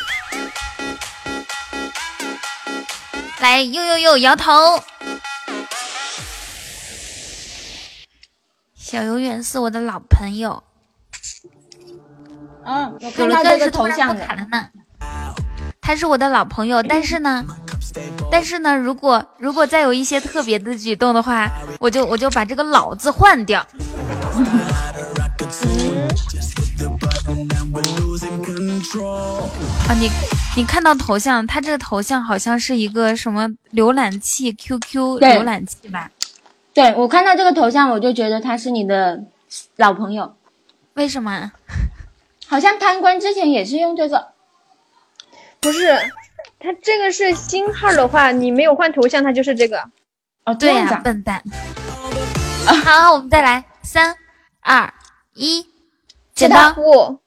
来呦摇头。小永远是我的老朋友。 我看到这个头像了呢。他是我的老朋友，但是呢，如果再有一些特别的举动的话，我就把这个老字换掉。你看到头像，他这个头像好像是一个什么浏览器 QQ 浏览器吧？ 对，我看到这个头像我就觉得他是你的老朋友。 为什么？ 好像贪官之前也是用这个。 不是，他这个是新号的话，你没有换头像，他就是这个。 对呀，笨蛋。好，我们再来，3、2、1，剪刀布。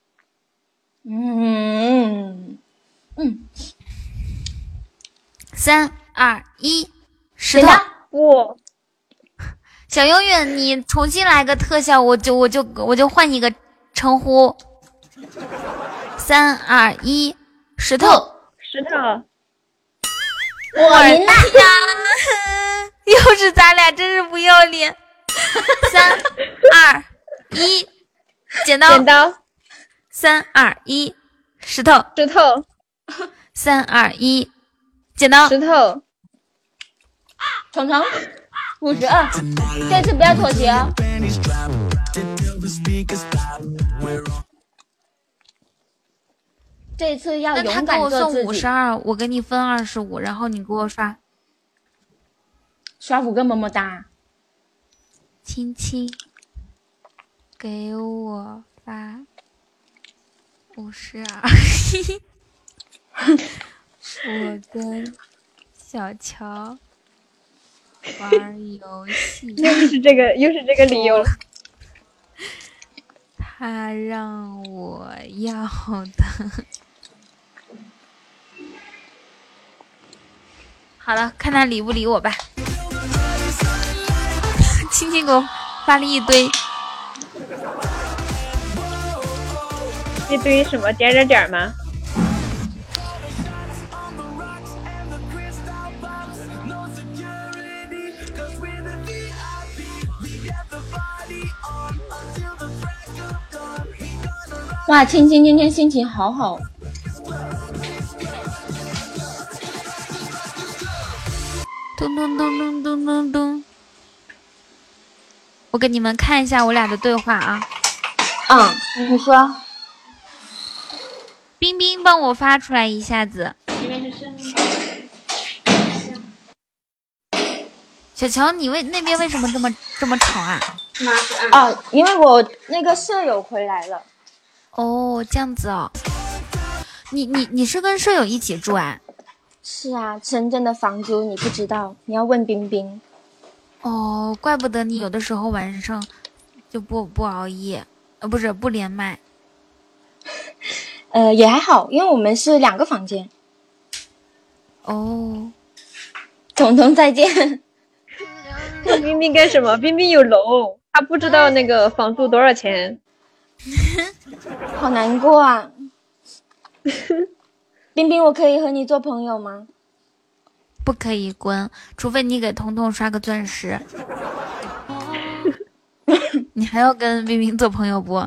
3、2、1，石头布。 小永远，你重新来个特效，我就换一个称呼。3、2、1，石头。 我赢了呀！又是咱俩，真是不要脸。3、2、1，剪刀。3、2、1，石头。3、2、1，剪刀。 彤彤，52，这次不要妥协哦。这次要勇敢做自己。 那他给我送52，我给你分25，然后你给我刷 5个么么哒。 亲亲，给我发52。 我跟小乔玩游戏， 又是这个理由。 他让我要的。好了，看他理不理我吧。青青给我发了一堆什么点吗？ 哇，青青今天心情好好。 咚咚咚咚咚咚咚，我给你们看一下我俩的对话啊。 你说。 冰冰帮我发出来一下子。小乔，你那边为什么这么吵啊？ 因为我那个舍友回来了。 哦，这样子哦。你是跟舍友一起住啊？ 是啊，深圳的房租你不知道，你要问冰冰。 哦，怪不得你有的时候晚上就不熬夜，不是不连麦。 也还好，因为我们是2个房间。 哦， 彤彤再见。 冰冰干什么？冰冰有楼，他不知道那个房租多少钱。 好难过啊。冰冰，我可以和你做朋友吗？ 不可以，滚！除非你给彤彤刷个钻石。你还要跟冰冰做朋友不？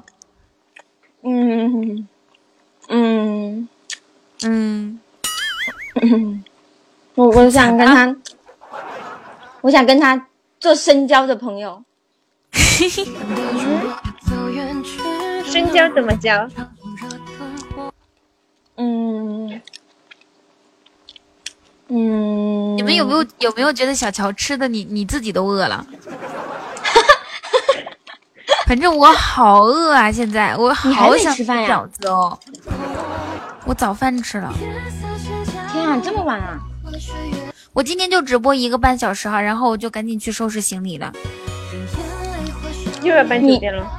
我想跟他，我想跟他做深交的朋友。 深交怎么交？ 你们有没有觉得小乔吃的你自己都饿了？反正我好饿啊！现在我好想吃饺子哦。我早饭吃了。 天啊，这么晚啊！ 我今天就直播1个半小时哈，然后我就赶紧去收拾行李了。 又要搬酒店了？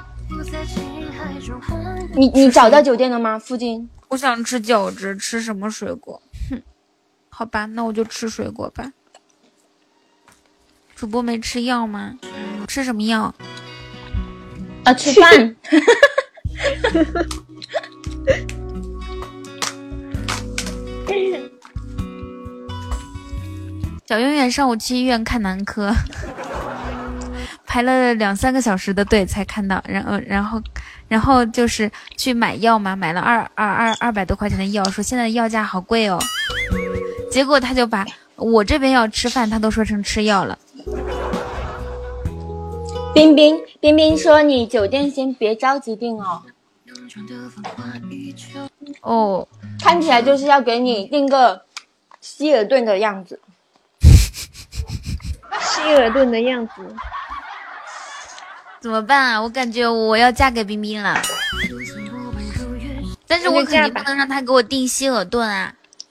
你找到酒店了吗？附近？ 我想吃饺子，吃什么水果？好吧，那我就吃水果吧。主播没吃药吗？吃什么药？ 吃饭。 小永远上午去医院看男科，排了2-3个小时的队才看到，然后就是去买药嘛，买了200多块钱的药，说现在的药价好贵哦。结果他就把我这边要吃饭，他都说成吃药了。 冰冰说你酒店先别着急订哦。 哦， 看起来就是要给你订个希尔顿的样子。 希尔顿的样子。 怎么办啊？我感觉我要嫁给冰冰了，但是我肯定不能让他给我订希尔顿啊。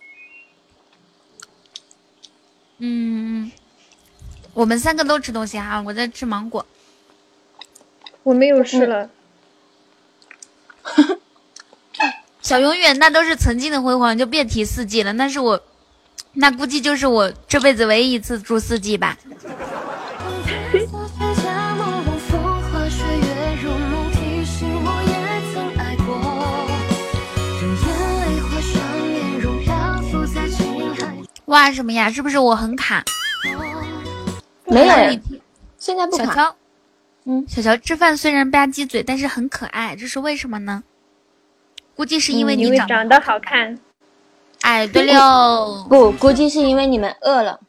我们3个都吃东西哈，我在吃芒果。 我没有吃了。 小永远那都是曾经的辉煌，就别提4季了。那估计就是我这辈子唯一一次住4季吧。哇什么呀？是不是我很卡？ 没有，现在不卡。 小乔，小乔吃饭虽然吧唧嘴，但是很可爱，这是为什么呢？估计是因为你长得好看。 哎，对了， 不，估计是因为你们饿了。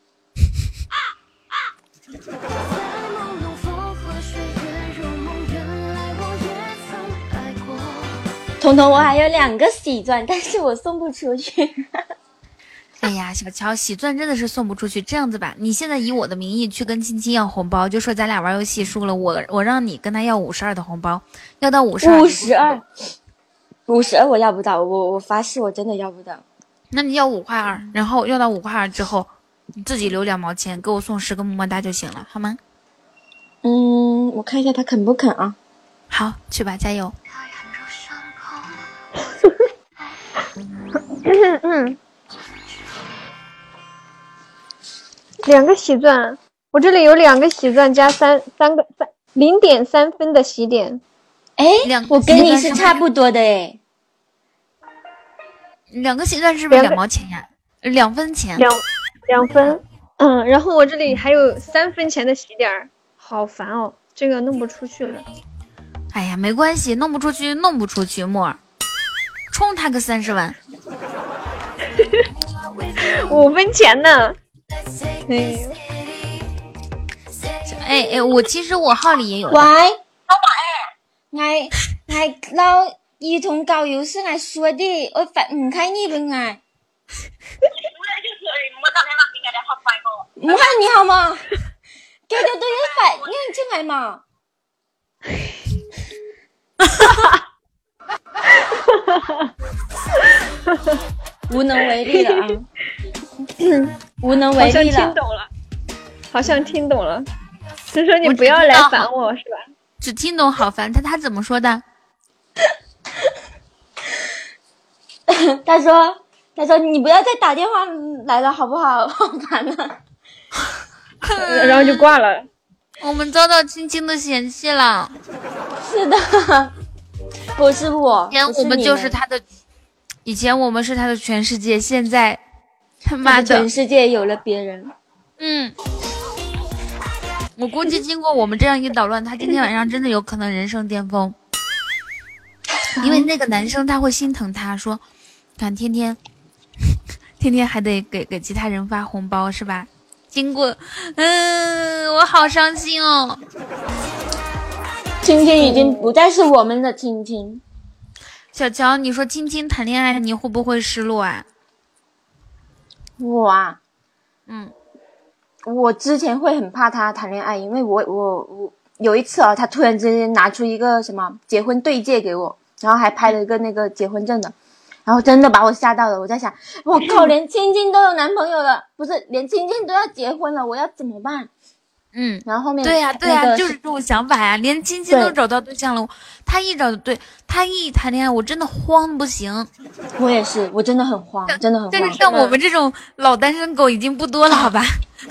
彤彤，我还有2个喜钻，但是我送不出去。 哎呀，小乔，喜钻真的是送不出去。这样子吧，你现在以我的名义去跟青青要红包，就说咱俩玩游戏输了，我让你跟他要52的红包，要到52， 我要不到，我发誓我真的要不到。 那你要5.2块，然后要到5.2块之后，你自己留2毛钱，给我送10个么么哒就行了，好吗？ 我看一下他肯不肯啊。 好，去吧，加油。 2个喜钻，我这里有2个喜钻加0.3分的喜点。 哎，我跟你是差不多的哎。 2个喜钻是不是2毛钱呀？2分钱。 2分。然后我这里还有3分钱的喜点，好烦哦，这个弄不出去了。 哎呀，没关系，弄不出去，木耳，充他个30万。 5分钱呢。 我其实我号里也有。 喂，老闆，我撈兒童教育師係說啲，我罰5開呢俾我。唔係你好嗎？叫到都要罰，你真係嘛？無能為力了啊！無能為力了。 好像听懂了。就說你不要來煩我，是吧？ 只聽懂好煩，他怎麼說的？ 他說你不要再打電話來了，好不好？好煩啊！ 然後就掛了。 我們遭到青青的嫌棄了。 是的，不是我。 以前我們是他的全世界，現在他媽的全世界有了別人。 我估計經過我們這樣一搗亂，他今天晚上真的有可能人生巔峰。因為那個男生他會心疼他，說看天天還得給其他人發紅包是吧？經過我好傷心哦。 青青已經不再是我們的青青。 小喬，你說青青談戀愛你會不會失落啊？ 我啊，我之前會很怕他談戀愛，因為我有一次啊，他突然之間拿出一個什麼結婚對戒給我，然後還拍了一個那個結婚證的，然後真的把我嚇到了。我在想，我靠，連青青都有男朋友了，不是，連青青都要結婚了，我要怎麼辦？然後後面對呀，就是這種想法呀，連青青都找到對象了，他一談戀愛，我真的慌不行。 我也是，我真的很慌，真的很慌。 但是像我們這種老單身狗已經不多了，好吧？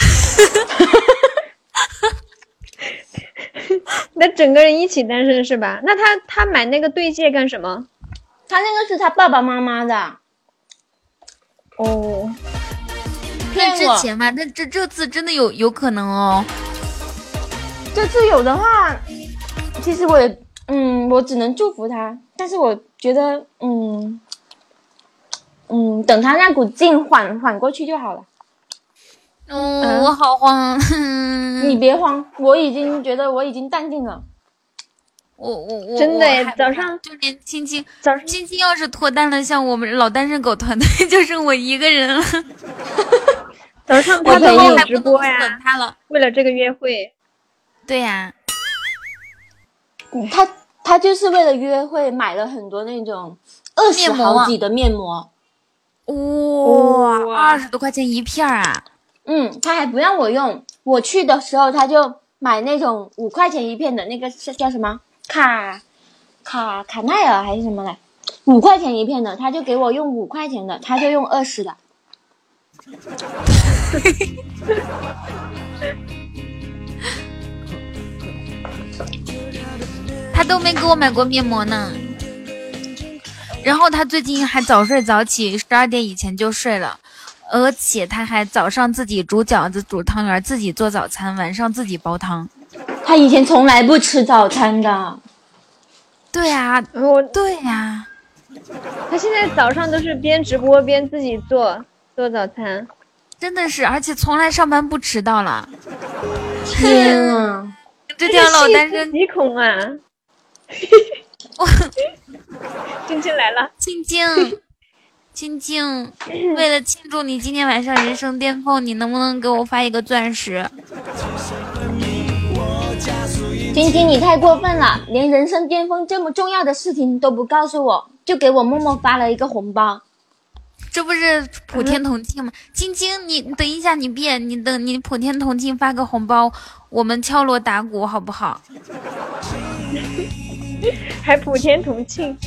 那整個人一起單身是吧？那他買那個對戒幹什麼？ 他那個是他爸爸媽媽的。 哦， 那之前嘛，那這次真的有可能哦。 這次有的話，其實我也我只能祝福他，但是我覺得等他那股勁緩過去就好了。 我好慌。 你別慌，我已經覺得我已經淡定了。 我真的耶，早上就連青青要是脫單了，像我們老單身狗團隊就剩我一個人了。 早上他陪你直播呀，為了這個約會。 對呀， 他就是為了約會買了很多那種20好幾的面膜。 哇，20多塊錢一片啊！ 他還不讓我用，我去的時候他就買那種5塊錢一片的，那個是叫什麼卡奈爾還是什麼來，5塊錢一片的，他就給我用5塊錢的，他就用20的。 他都沒給我買過面膜呢。然後他最近還早睡早起，12點以前就睡了，而且他還早上自己煮餃子、煮湯圓，自己做早餐，晚上自己煲湯。 他以前從來不吃早餐的。 對呀，對呀。 他現在早上都是邊直播邊自己做早餐， 真的是，而且從來上班不遲到了。 天啊！ 這條老單身極恐啊！青青來了， 青青，為了慶祝你今天晚上人生巔峰，你能不能給我發一個鑽石？ 青青，你太過分了，連人生巔峰這麼重要的事情都不告訴我，就給我默默發了一個紅包。 这不是普天同庆吗？晶晶，你等一下，你别，你等你普天同庆发个红包，我们敲锣打鼓好不好？ 还普天同庆。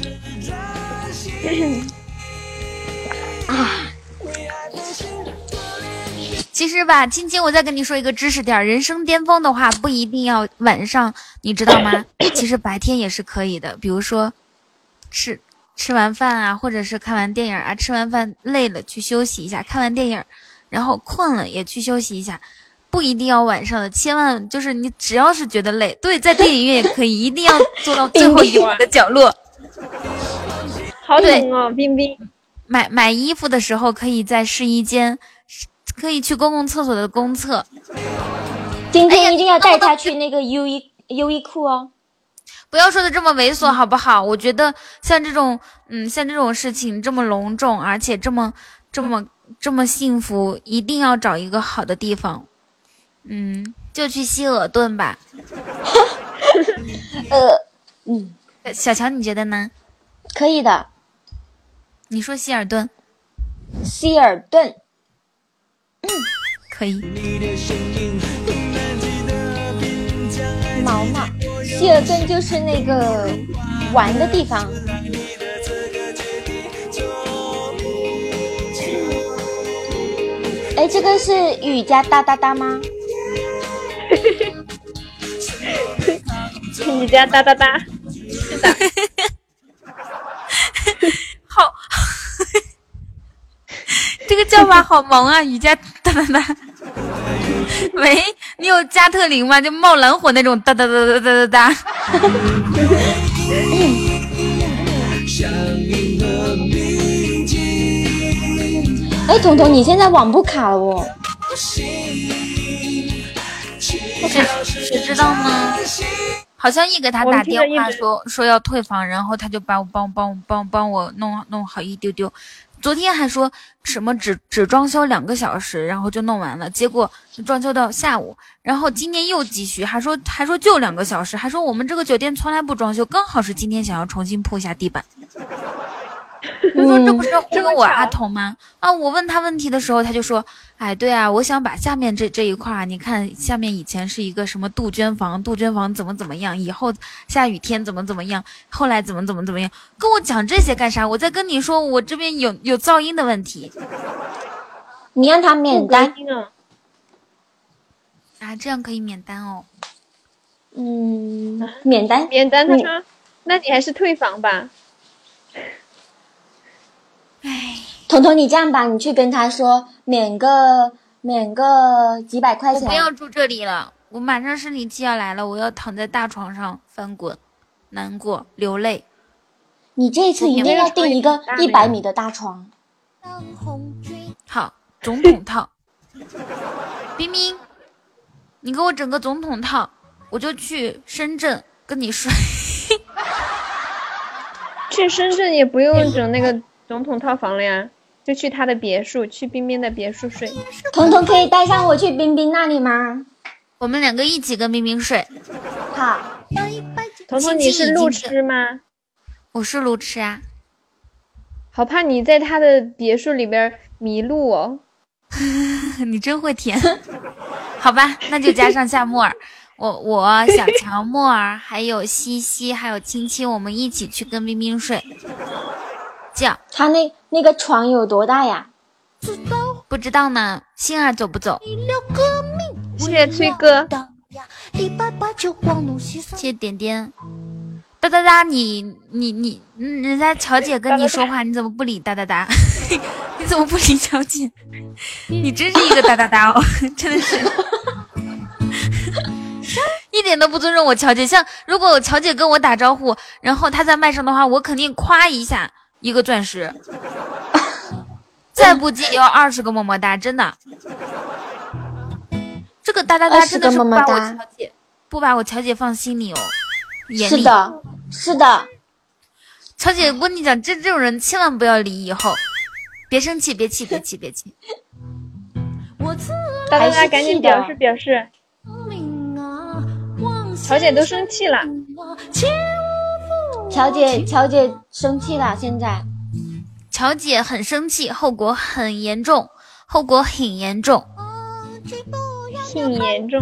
其实吧，晶晶，我再跟你说一个知识点，人生巅峰的话不一定要晚上，你知道吗？其实白天也是可以的，比如说吃完饭啊，或者是看完电影啊，吃完饭累了去休息一下，看完电影，然后困了也去休息一下，不一定要晚上的，千万就是你只要是觉得累，对，在电影院也可以，一定要坐到最后一个角落。 好冷哦，冰冰。 买衣服的时候可以在试衣间，可以去公共厕所的公厕。 今天一定要带他去那个优衣库哦。 不要说的这么猥琐好不好？我觉得像这种事情这么隆重，而且这么幸福，一定要找一个好的地方。就去希尔顿吧。小乔你觉得呢？ 可以的。 你说希尔顿？ 希尔顿。 可以。 毛毛，希尔顿就是那个玩的地方。哎，这个是雨加哒哒哒吗？ 你家哒哒哒，是的。 好，这个叫法好萌啊！雨加哒哒哒。喂，你有加特林吗？就冒蓝火那种哒哒哒哒哒哒哒。 哎，彤彤，你现在网不卡了哦？ 谁知道呢？好像一给他打电话说要退房，然后他就帮我弄好一丢丢。昨天还说什么只装修2个小时，然后就弄完了，结果装修到下午，然后今天又继续，还说就2个小时，还说我们这个酒店从来不装修，刚好是今天想要重新铺一下地板。我说这不是忽悠我阿童吗？啊，我问他问题的时候，他就说，哎，对啊，我想把下面这一块，你看下面以前是一个什么杜鹃房怎么样，以后下雨天怎么样，后来怎么样，跟我讲这些干啥？我在跟你说我这边有噪音的问题。 你让他免单啊，这样可以免单哦。 免单。 他说，那你还是退房吧。 彤彤，你这样吧，你去跟他说免个几百块钱。 我不要住这里了，我马上生理期要来了，我要躺在大床上翻滚，难过流泪。 你这次一定要订一个100米的大床。 好，总统套。冰冰，你给我整个总统套，我就去深圳跟你睡。 去深圳也不用整那个总统套房了呀，就去他的别墅，去冰冰的别墅睡。 彤彤可以带上我去冰冰那里吗？ 我们2个一起跟冰冰睡。 好。 彤彤，你是路痴吗？ 我是路痴啊。 好怕你在他的别墅里边迷路哦。 你真会舔。好吧，那就加上夏沫儿。我小乔沫儿还有西西还有青青，我们一起去跟冰冰睡觉。 他那个床有多大呀？ 不知道呢。星儿走不走？ 谢谢崔哥， 谢谢点点。哒哒哒，你人家乔姐跟你说话，你怎么不理哒哒哒？你怎么不理乔姐？你真是一个哒哒哒哦，真的是。一点都不尊重我乔姐，像如果我乔姐跟我打招呼，然后她在麦上的话，我肯定夸一下1个钻石，再不济也要20个么么哒，真的。这个哒哒哒真的是不把我乔姐放心里哦，眼里。 是的。 乔姐，我跟你讲，这种人千万不要理，以后别生气，别气。 大家赶紧表示。乔姐都生气了。 乔姐生气了，现在。 乔姐很生气，后果很严重，后果很严重， 挺严重。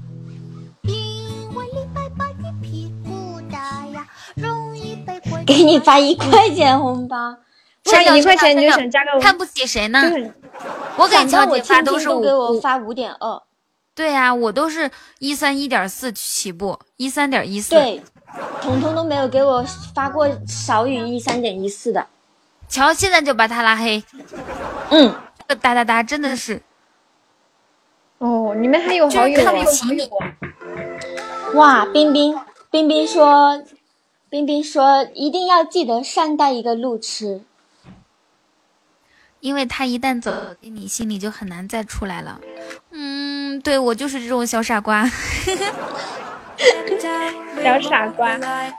给你发1块钱红包， 加1块钱你就想加个看不起谁呢？ 我给乔姐发都是都给我发5.2。 对啊，我都是131.4起步，13.14。 对，彤彤都没有给我发过少于13.14的。 乔现在就把他拉黑。 这个哒哒哒真的是。 哦，你们还有好友啊？ 看不起你。 哇，冰冰说一定要记得善待一个路痴， 因为他一旦走进你心里就很难再出来了。对，我就是这种小傻瓜。 小傻瓜。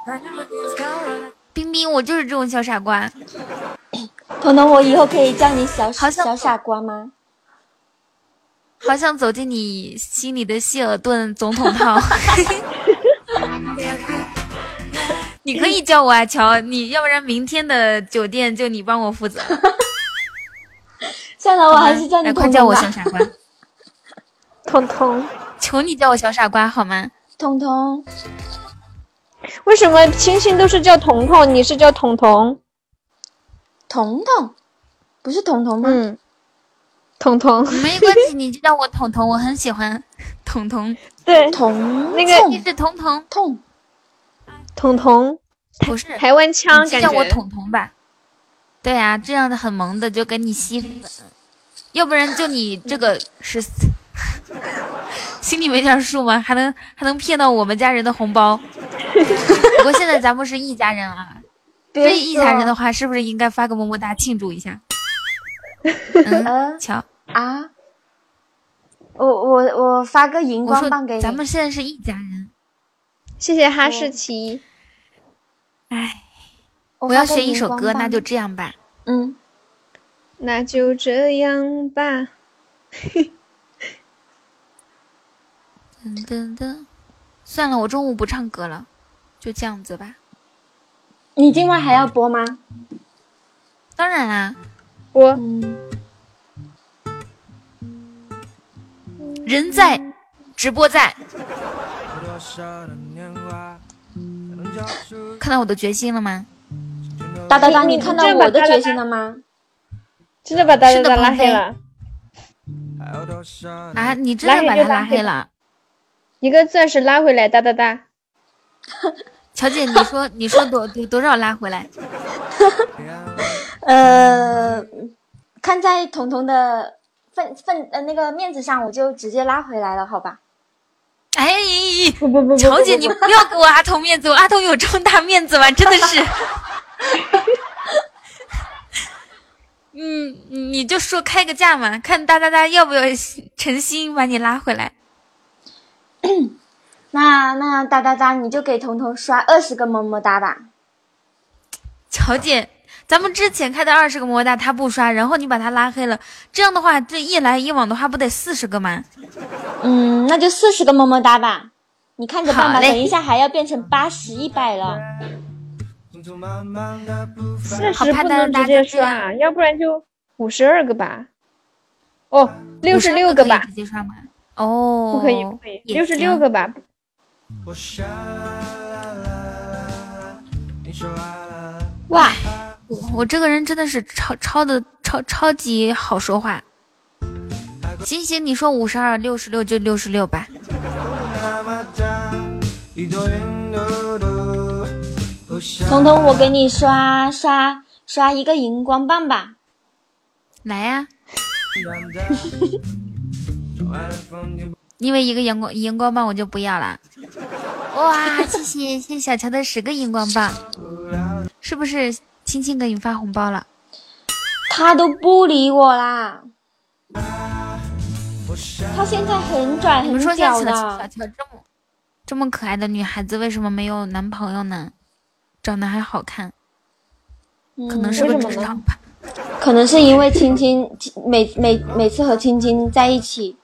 冰冰，我就是这种小傻瓜。 彤彤，我以后可以叫你小傻瓜吗？ 好想走进你心里的希尔顿总统套。你可以叫我啊，乔，你要不然明天的酒店就你帮我负责。 算了，我还是叫你彤彤吧。 快叫我小傻瓜。 彤彤， 求你叫我小傻瓜好吗？ 彤彤， 为什么星星都是叫彤彤，你是叫彤彤？ 彤彤，不是彤彤吗？ 彤彤， 没关系，你就叫我彤彤，我很喜欢彤彤。 对， 那个你是彤彤， 彤彤， 不是台湾腔感觉。 叫我彤彤吧。对啊，这样的很萌的就给你吸粉，要不然就你这个是心里没点数吗？还能骗到我们家人的红包。不过现在咱们是一家人啊，所以一家人的话，是不是应该发个么么哒庆祝一下？乔啊，我发个荧光棒给你。 咱们现在是一家人。 谢谢哈士奇。 哎，我要学一首歌，那就这样吧。 那就这样吧。 噔噔噔，算了，我中午不唱歌了，就这样子吧。 你今晚还要播吗？ 当然啦， 播。 人在，直播在。看到我的决心了吗？ 哒哒哒，你看到我的决心了吗？ 真的把哒哒哒拉黑了。 啊，你真的把他拉黑了？ 一个钻石拉回来，哒哒哒。 乔姐，你说多少拉回来？ 看在彤彤的那个面子上，我就直接拉回来了，好吧？ 哎，不，乔姐，你不要给我阿童面子，我阿童有这么大面子吗？真的是。你就说开个价嘛，看哒哒哒要不要诚心把你拉回来。 那哒哒哒，你就给彤彤刷20个么么哒吧。 乔姐，咱们之前开的20个么么哒他不刷，然后你把他拉黑了，这样的话这一来一往的话不得40个吗？ 那就40个么么哒吧，你看着办吧。 等一下还要变成80、100了。 40不能直接刷，要不然就52个吧。哦，66个吧。 直接刷吗？哦， 不可以，66个吧。 哇， 我这个人真的是超级好说话。行，你说52、66就66吧。 彤彤，我给你刷一个荧光棒吧。 来呀！因为一个荧光棒我就不要了。哇，谢谢小乔的10个荧光棒，是不是青青给你发红包了？ 他都不理我啦，他现在很拽很屌的。 小乔这么可爱的女孩子，为什么没有男朋友呢？长得还好看，可能是个智障吧。 可能是因为青青每次和青青在一起。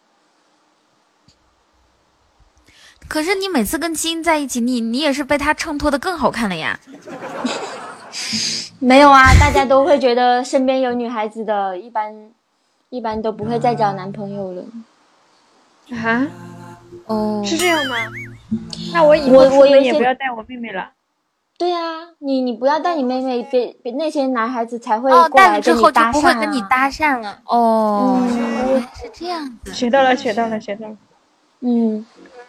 可是你每次跟青青在一起，你也是被他衬托的更好看了呀。 没有啊，大家都会觉得身边有女孩子的，一般都不会再找男朋友了。 啊？ 哦， 是这样吗？那我以后出门也不要带我妹妹了。 对啊，你不要带你妹妹，别那些男孩子才会哦， 过带了之后就来跟你搭不会讪啊。 跟你搭讪了。哦，原来是这样子。 学到了。 嗯，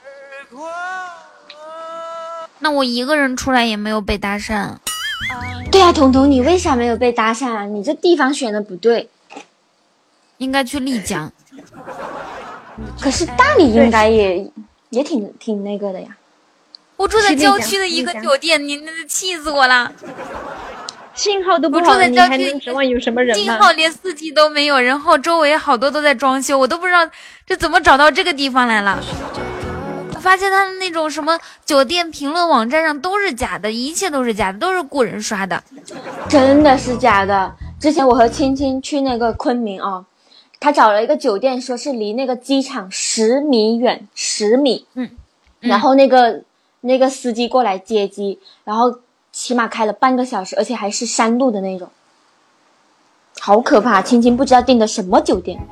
那我一个人出来也没有被搭讪。 对啊，彤彤，你为啥没有被搭讪啊？你这地方选的不对。 应该去丽江。 可是大理应该也挺那个的呀。 我住在郊区的一个酒店，你那气死我了！ 信号都不我住好， 在郊区， 你还能指望有什么人吗？ 信号连4G 都没有，然后周围好多都在装修，我都不知道这怎么找到这个地方来了。我发现他的那种什么酒店评论网站上都是假的，一切都是假的，都是雇人刷的。 真的是假的。之前我和青青去那个昆明啊，他找了一个酒店，说是离那个机场10米远，10米。然后那个司机过来接机，然后起码开了半个小时，而且还是山路的那种，好可怕！青青不知道订的什么酒店。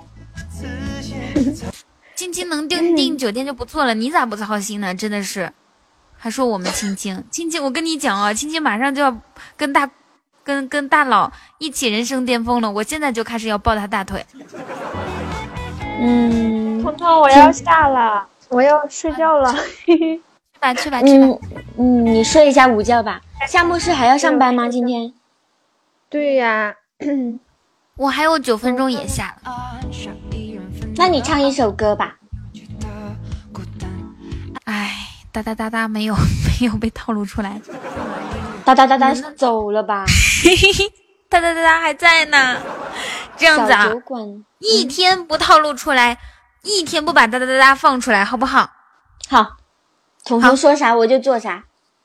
青青能订酒店就不错了，你咋不操心呢？真的是，还说我们青青，我跟你讲啊，青青马上就要跟大佬一起人生巅峰了，我现在就开始要抱他大腿。 彤彤，我要下了，我要睡觉了。 去吧。 你睡一下午觉吧。夏末是还要上班吗？今天？ 对呀。 我还有9分钟也下了。 那你唱一首歌吧。 哎，哒哒哒哒，没有被套路出来。 哒哒哒哒走了吧？ 哒哒哒哒还在呢。这样子啊， 小酒馆一天不套路出来，一天不把哒哒哒哒放出来，好不好？ 好，彤彤说啥我就做啥。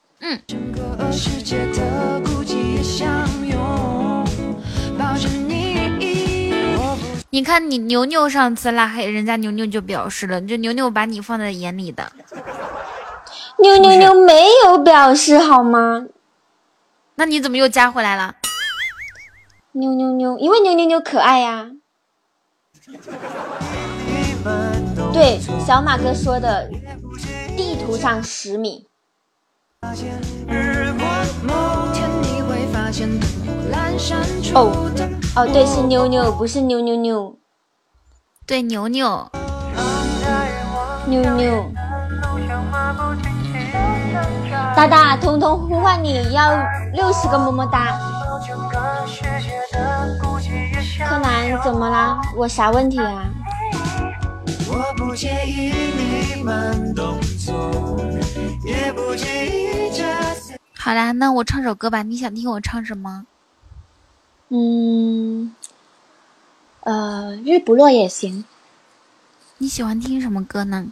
你看你牛牛上次拉黑人家，牛牛就表示了，就牛牛把你放在眼里的。 牛没有表示好吗？ 那你怎么又加回来了？ 牛，因为牛可爱呀。对，小马哥说的，地图上10米。哦，对，是妞，不是妞。 对，妞。 大大，彤彤呼唤你要60个么么哒。柯南怎么啦？我啥问题啊？ 好啦，那我唱首歌吧，你想听我唱什么？ 日不落也行。 你喜欢听什么歌呢？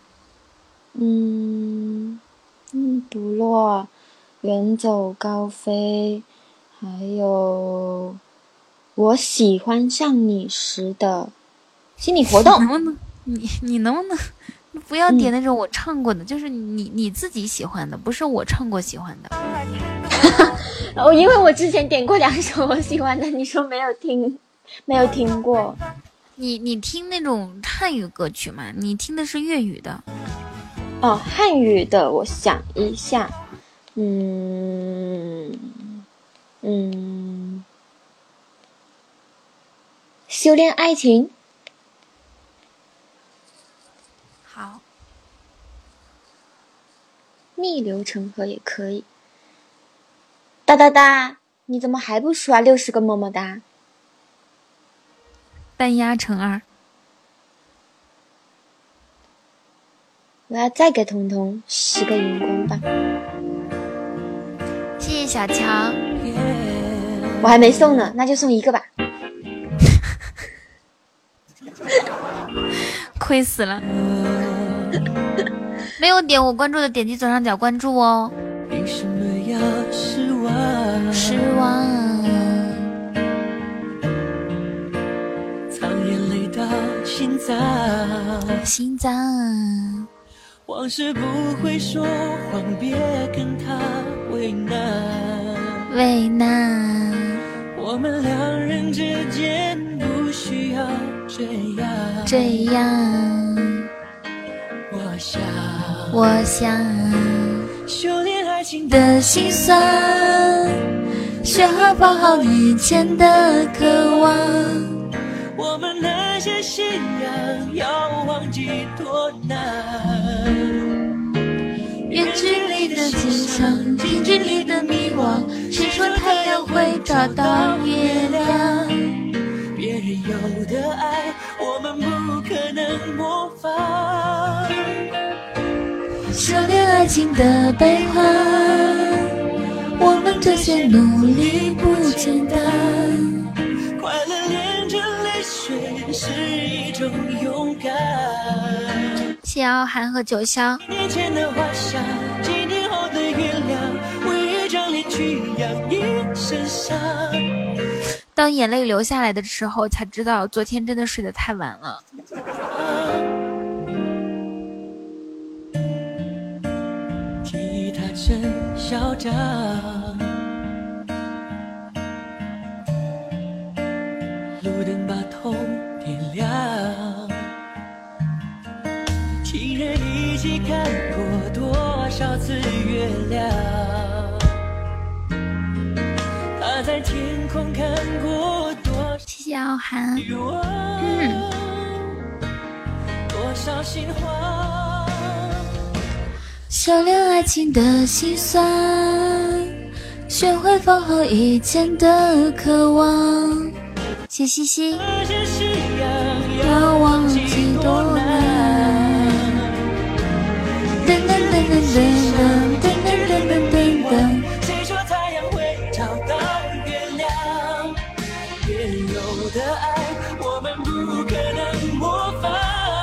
不落，远走高飞，还有我喜欢上你时的心理活动。 能不能你能不能不要点那种我唱过的，就是你自己喜欢的，不是我唱过喜欢的。 因为我之前点过2首我喜欢的，你说没有听过。 你听那种汉语歌曲吗？你听的是粤语的。 汉语的我想一下。修炼爱情。 好。 逆流成河也可以。哒哒哒，你怎么还不刷60个么么哒？ 单压乘2。 我要再给彤彤10个荧光棒。 谢谢小强。 我还没送呢，那就送1个吧。 亏死了。没有点我关注的点击左上角关注哦。 凭什么要失望？ 失望。 藏眼泪到心脏。 心脏。 往事不会说谎，别跟他为难。 为难。 我们两人之间不需要这样，我想修炼爱情的心酸，学会放好以前的渴望。 我们那些信仰要忘记多难。 远距离的欣赏，近距离的迷惘。谁说太阳会找到月亮？ 别人有的爱，我们不可能模仿。 修炼爱情的悲欢，我们这些努力不简单。 快乐连着泪水是一种勇敢。 谢谢傲寒和九霄。 几年前的花香，几年后的月亮，为一张脸去养一身伤。 当眼泪流下来的时候，才知道昨天真的睡得太晚了。 替他真嚣张，路灯把痛点亮，情人一起看过多少次月亮，他在天空看过多少谢谢傲寒。 多少心慌。 修炼爱情的心酸，学会放好以前的渴望。谢西西，要忘记多难。噔噔噔噔噔噔噔噔噔噔噔。 谁说太阳会找到月亮？别人有的爱，我们不可能模仿。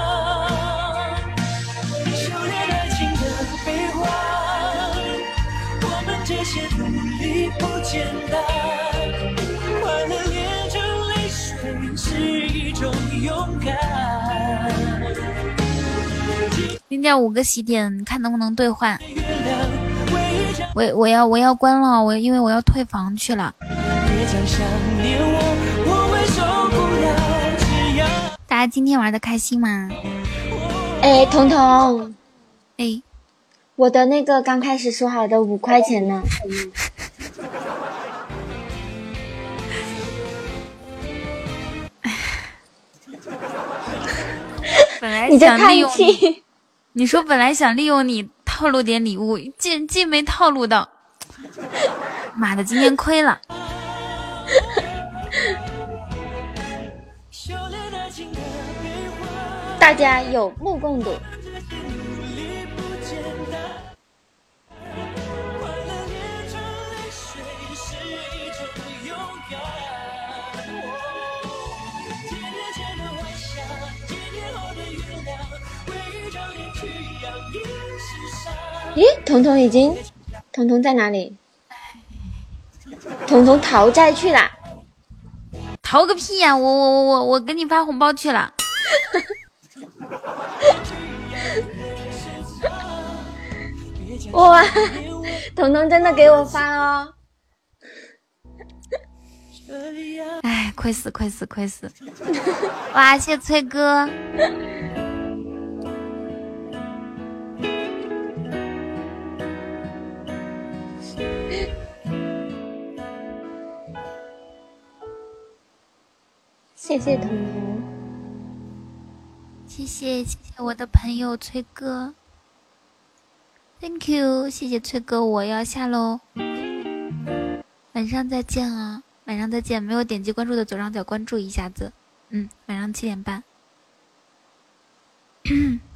修炼爱情的悲欢，我们这些努力不简单。快乐连着泪水是一种勇敢。 0.5个喜点，看能不能兑换。我要关了，因为我要退房去了。大家今天玩的开心吗？ 哎，彤彤， 哎， 我的那个刚开始说好的5块钱呢？ 本来你在叹想利用你， 气。 你说本来想利用你套路点礼物，竟没套路到。妈的，今天亏了。 大家有目共睹。咦，彤彤在哪里？彤彤逃债去了。 逃个屁呀、我给你发红包去了。 哇，彤彤真的给我发哦。 哎，亏死！哇，谢谢崔哥。 谢谢彤彤， 谢谢我的朋友崔哥 ，Thank you， 谢谢崔哥，我要下喽，晚上再见啊，晚上再见，没有点击关注的左上角关注一下子，晚上7点半。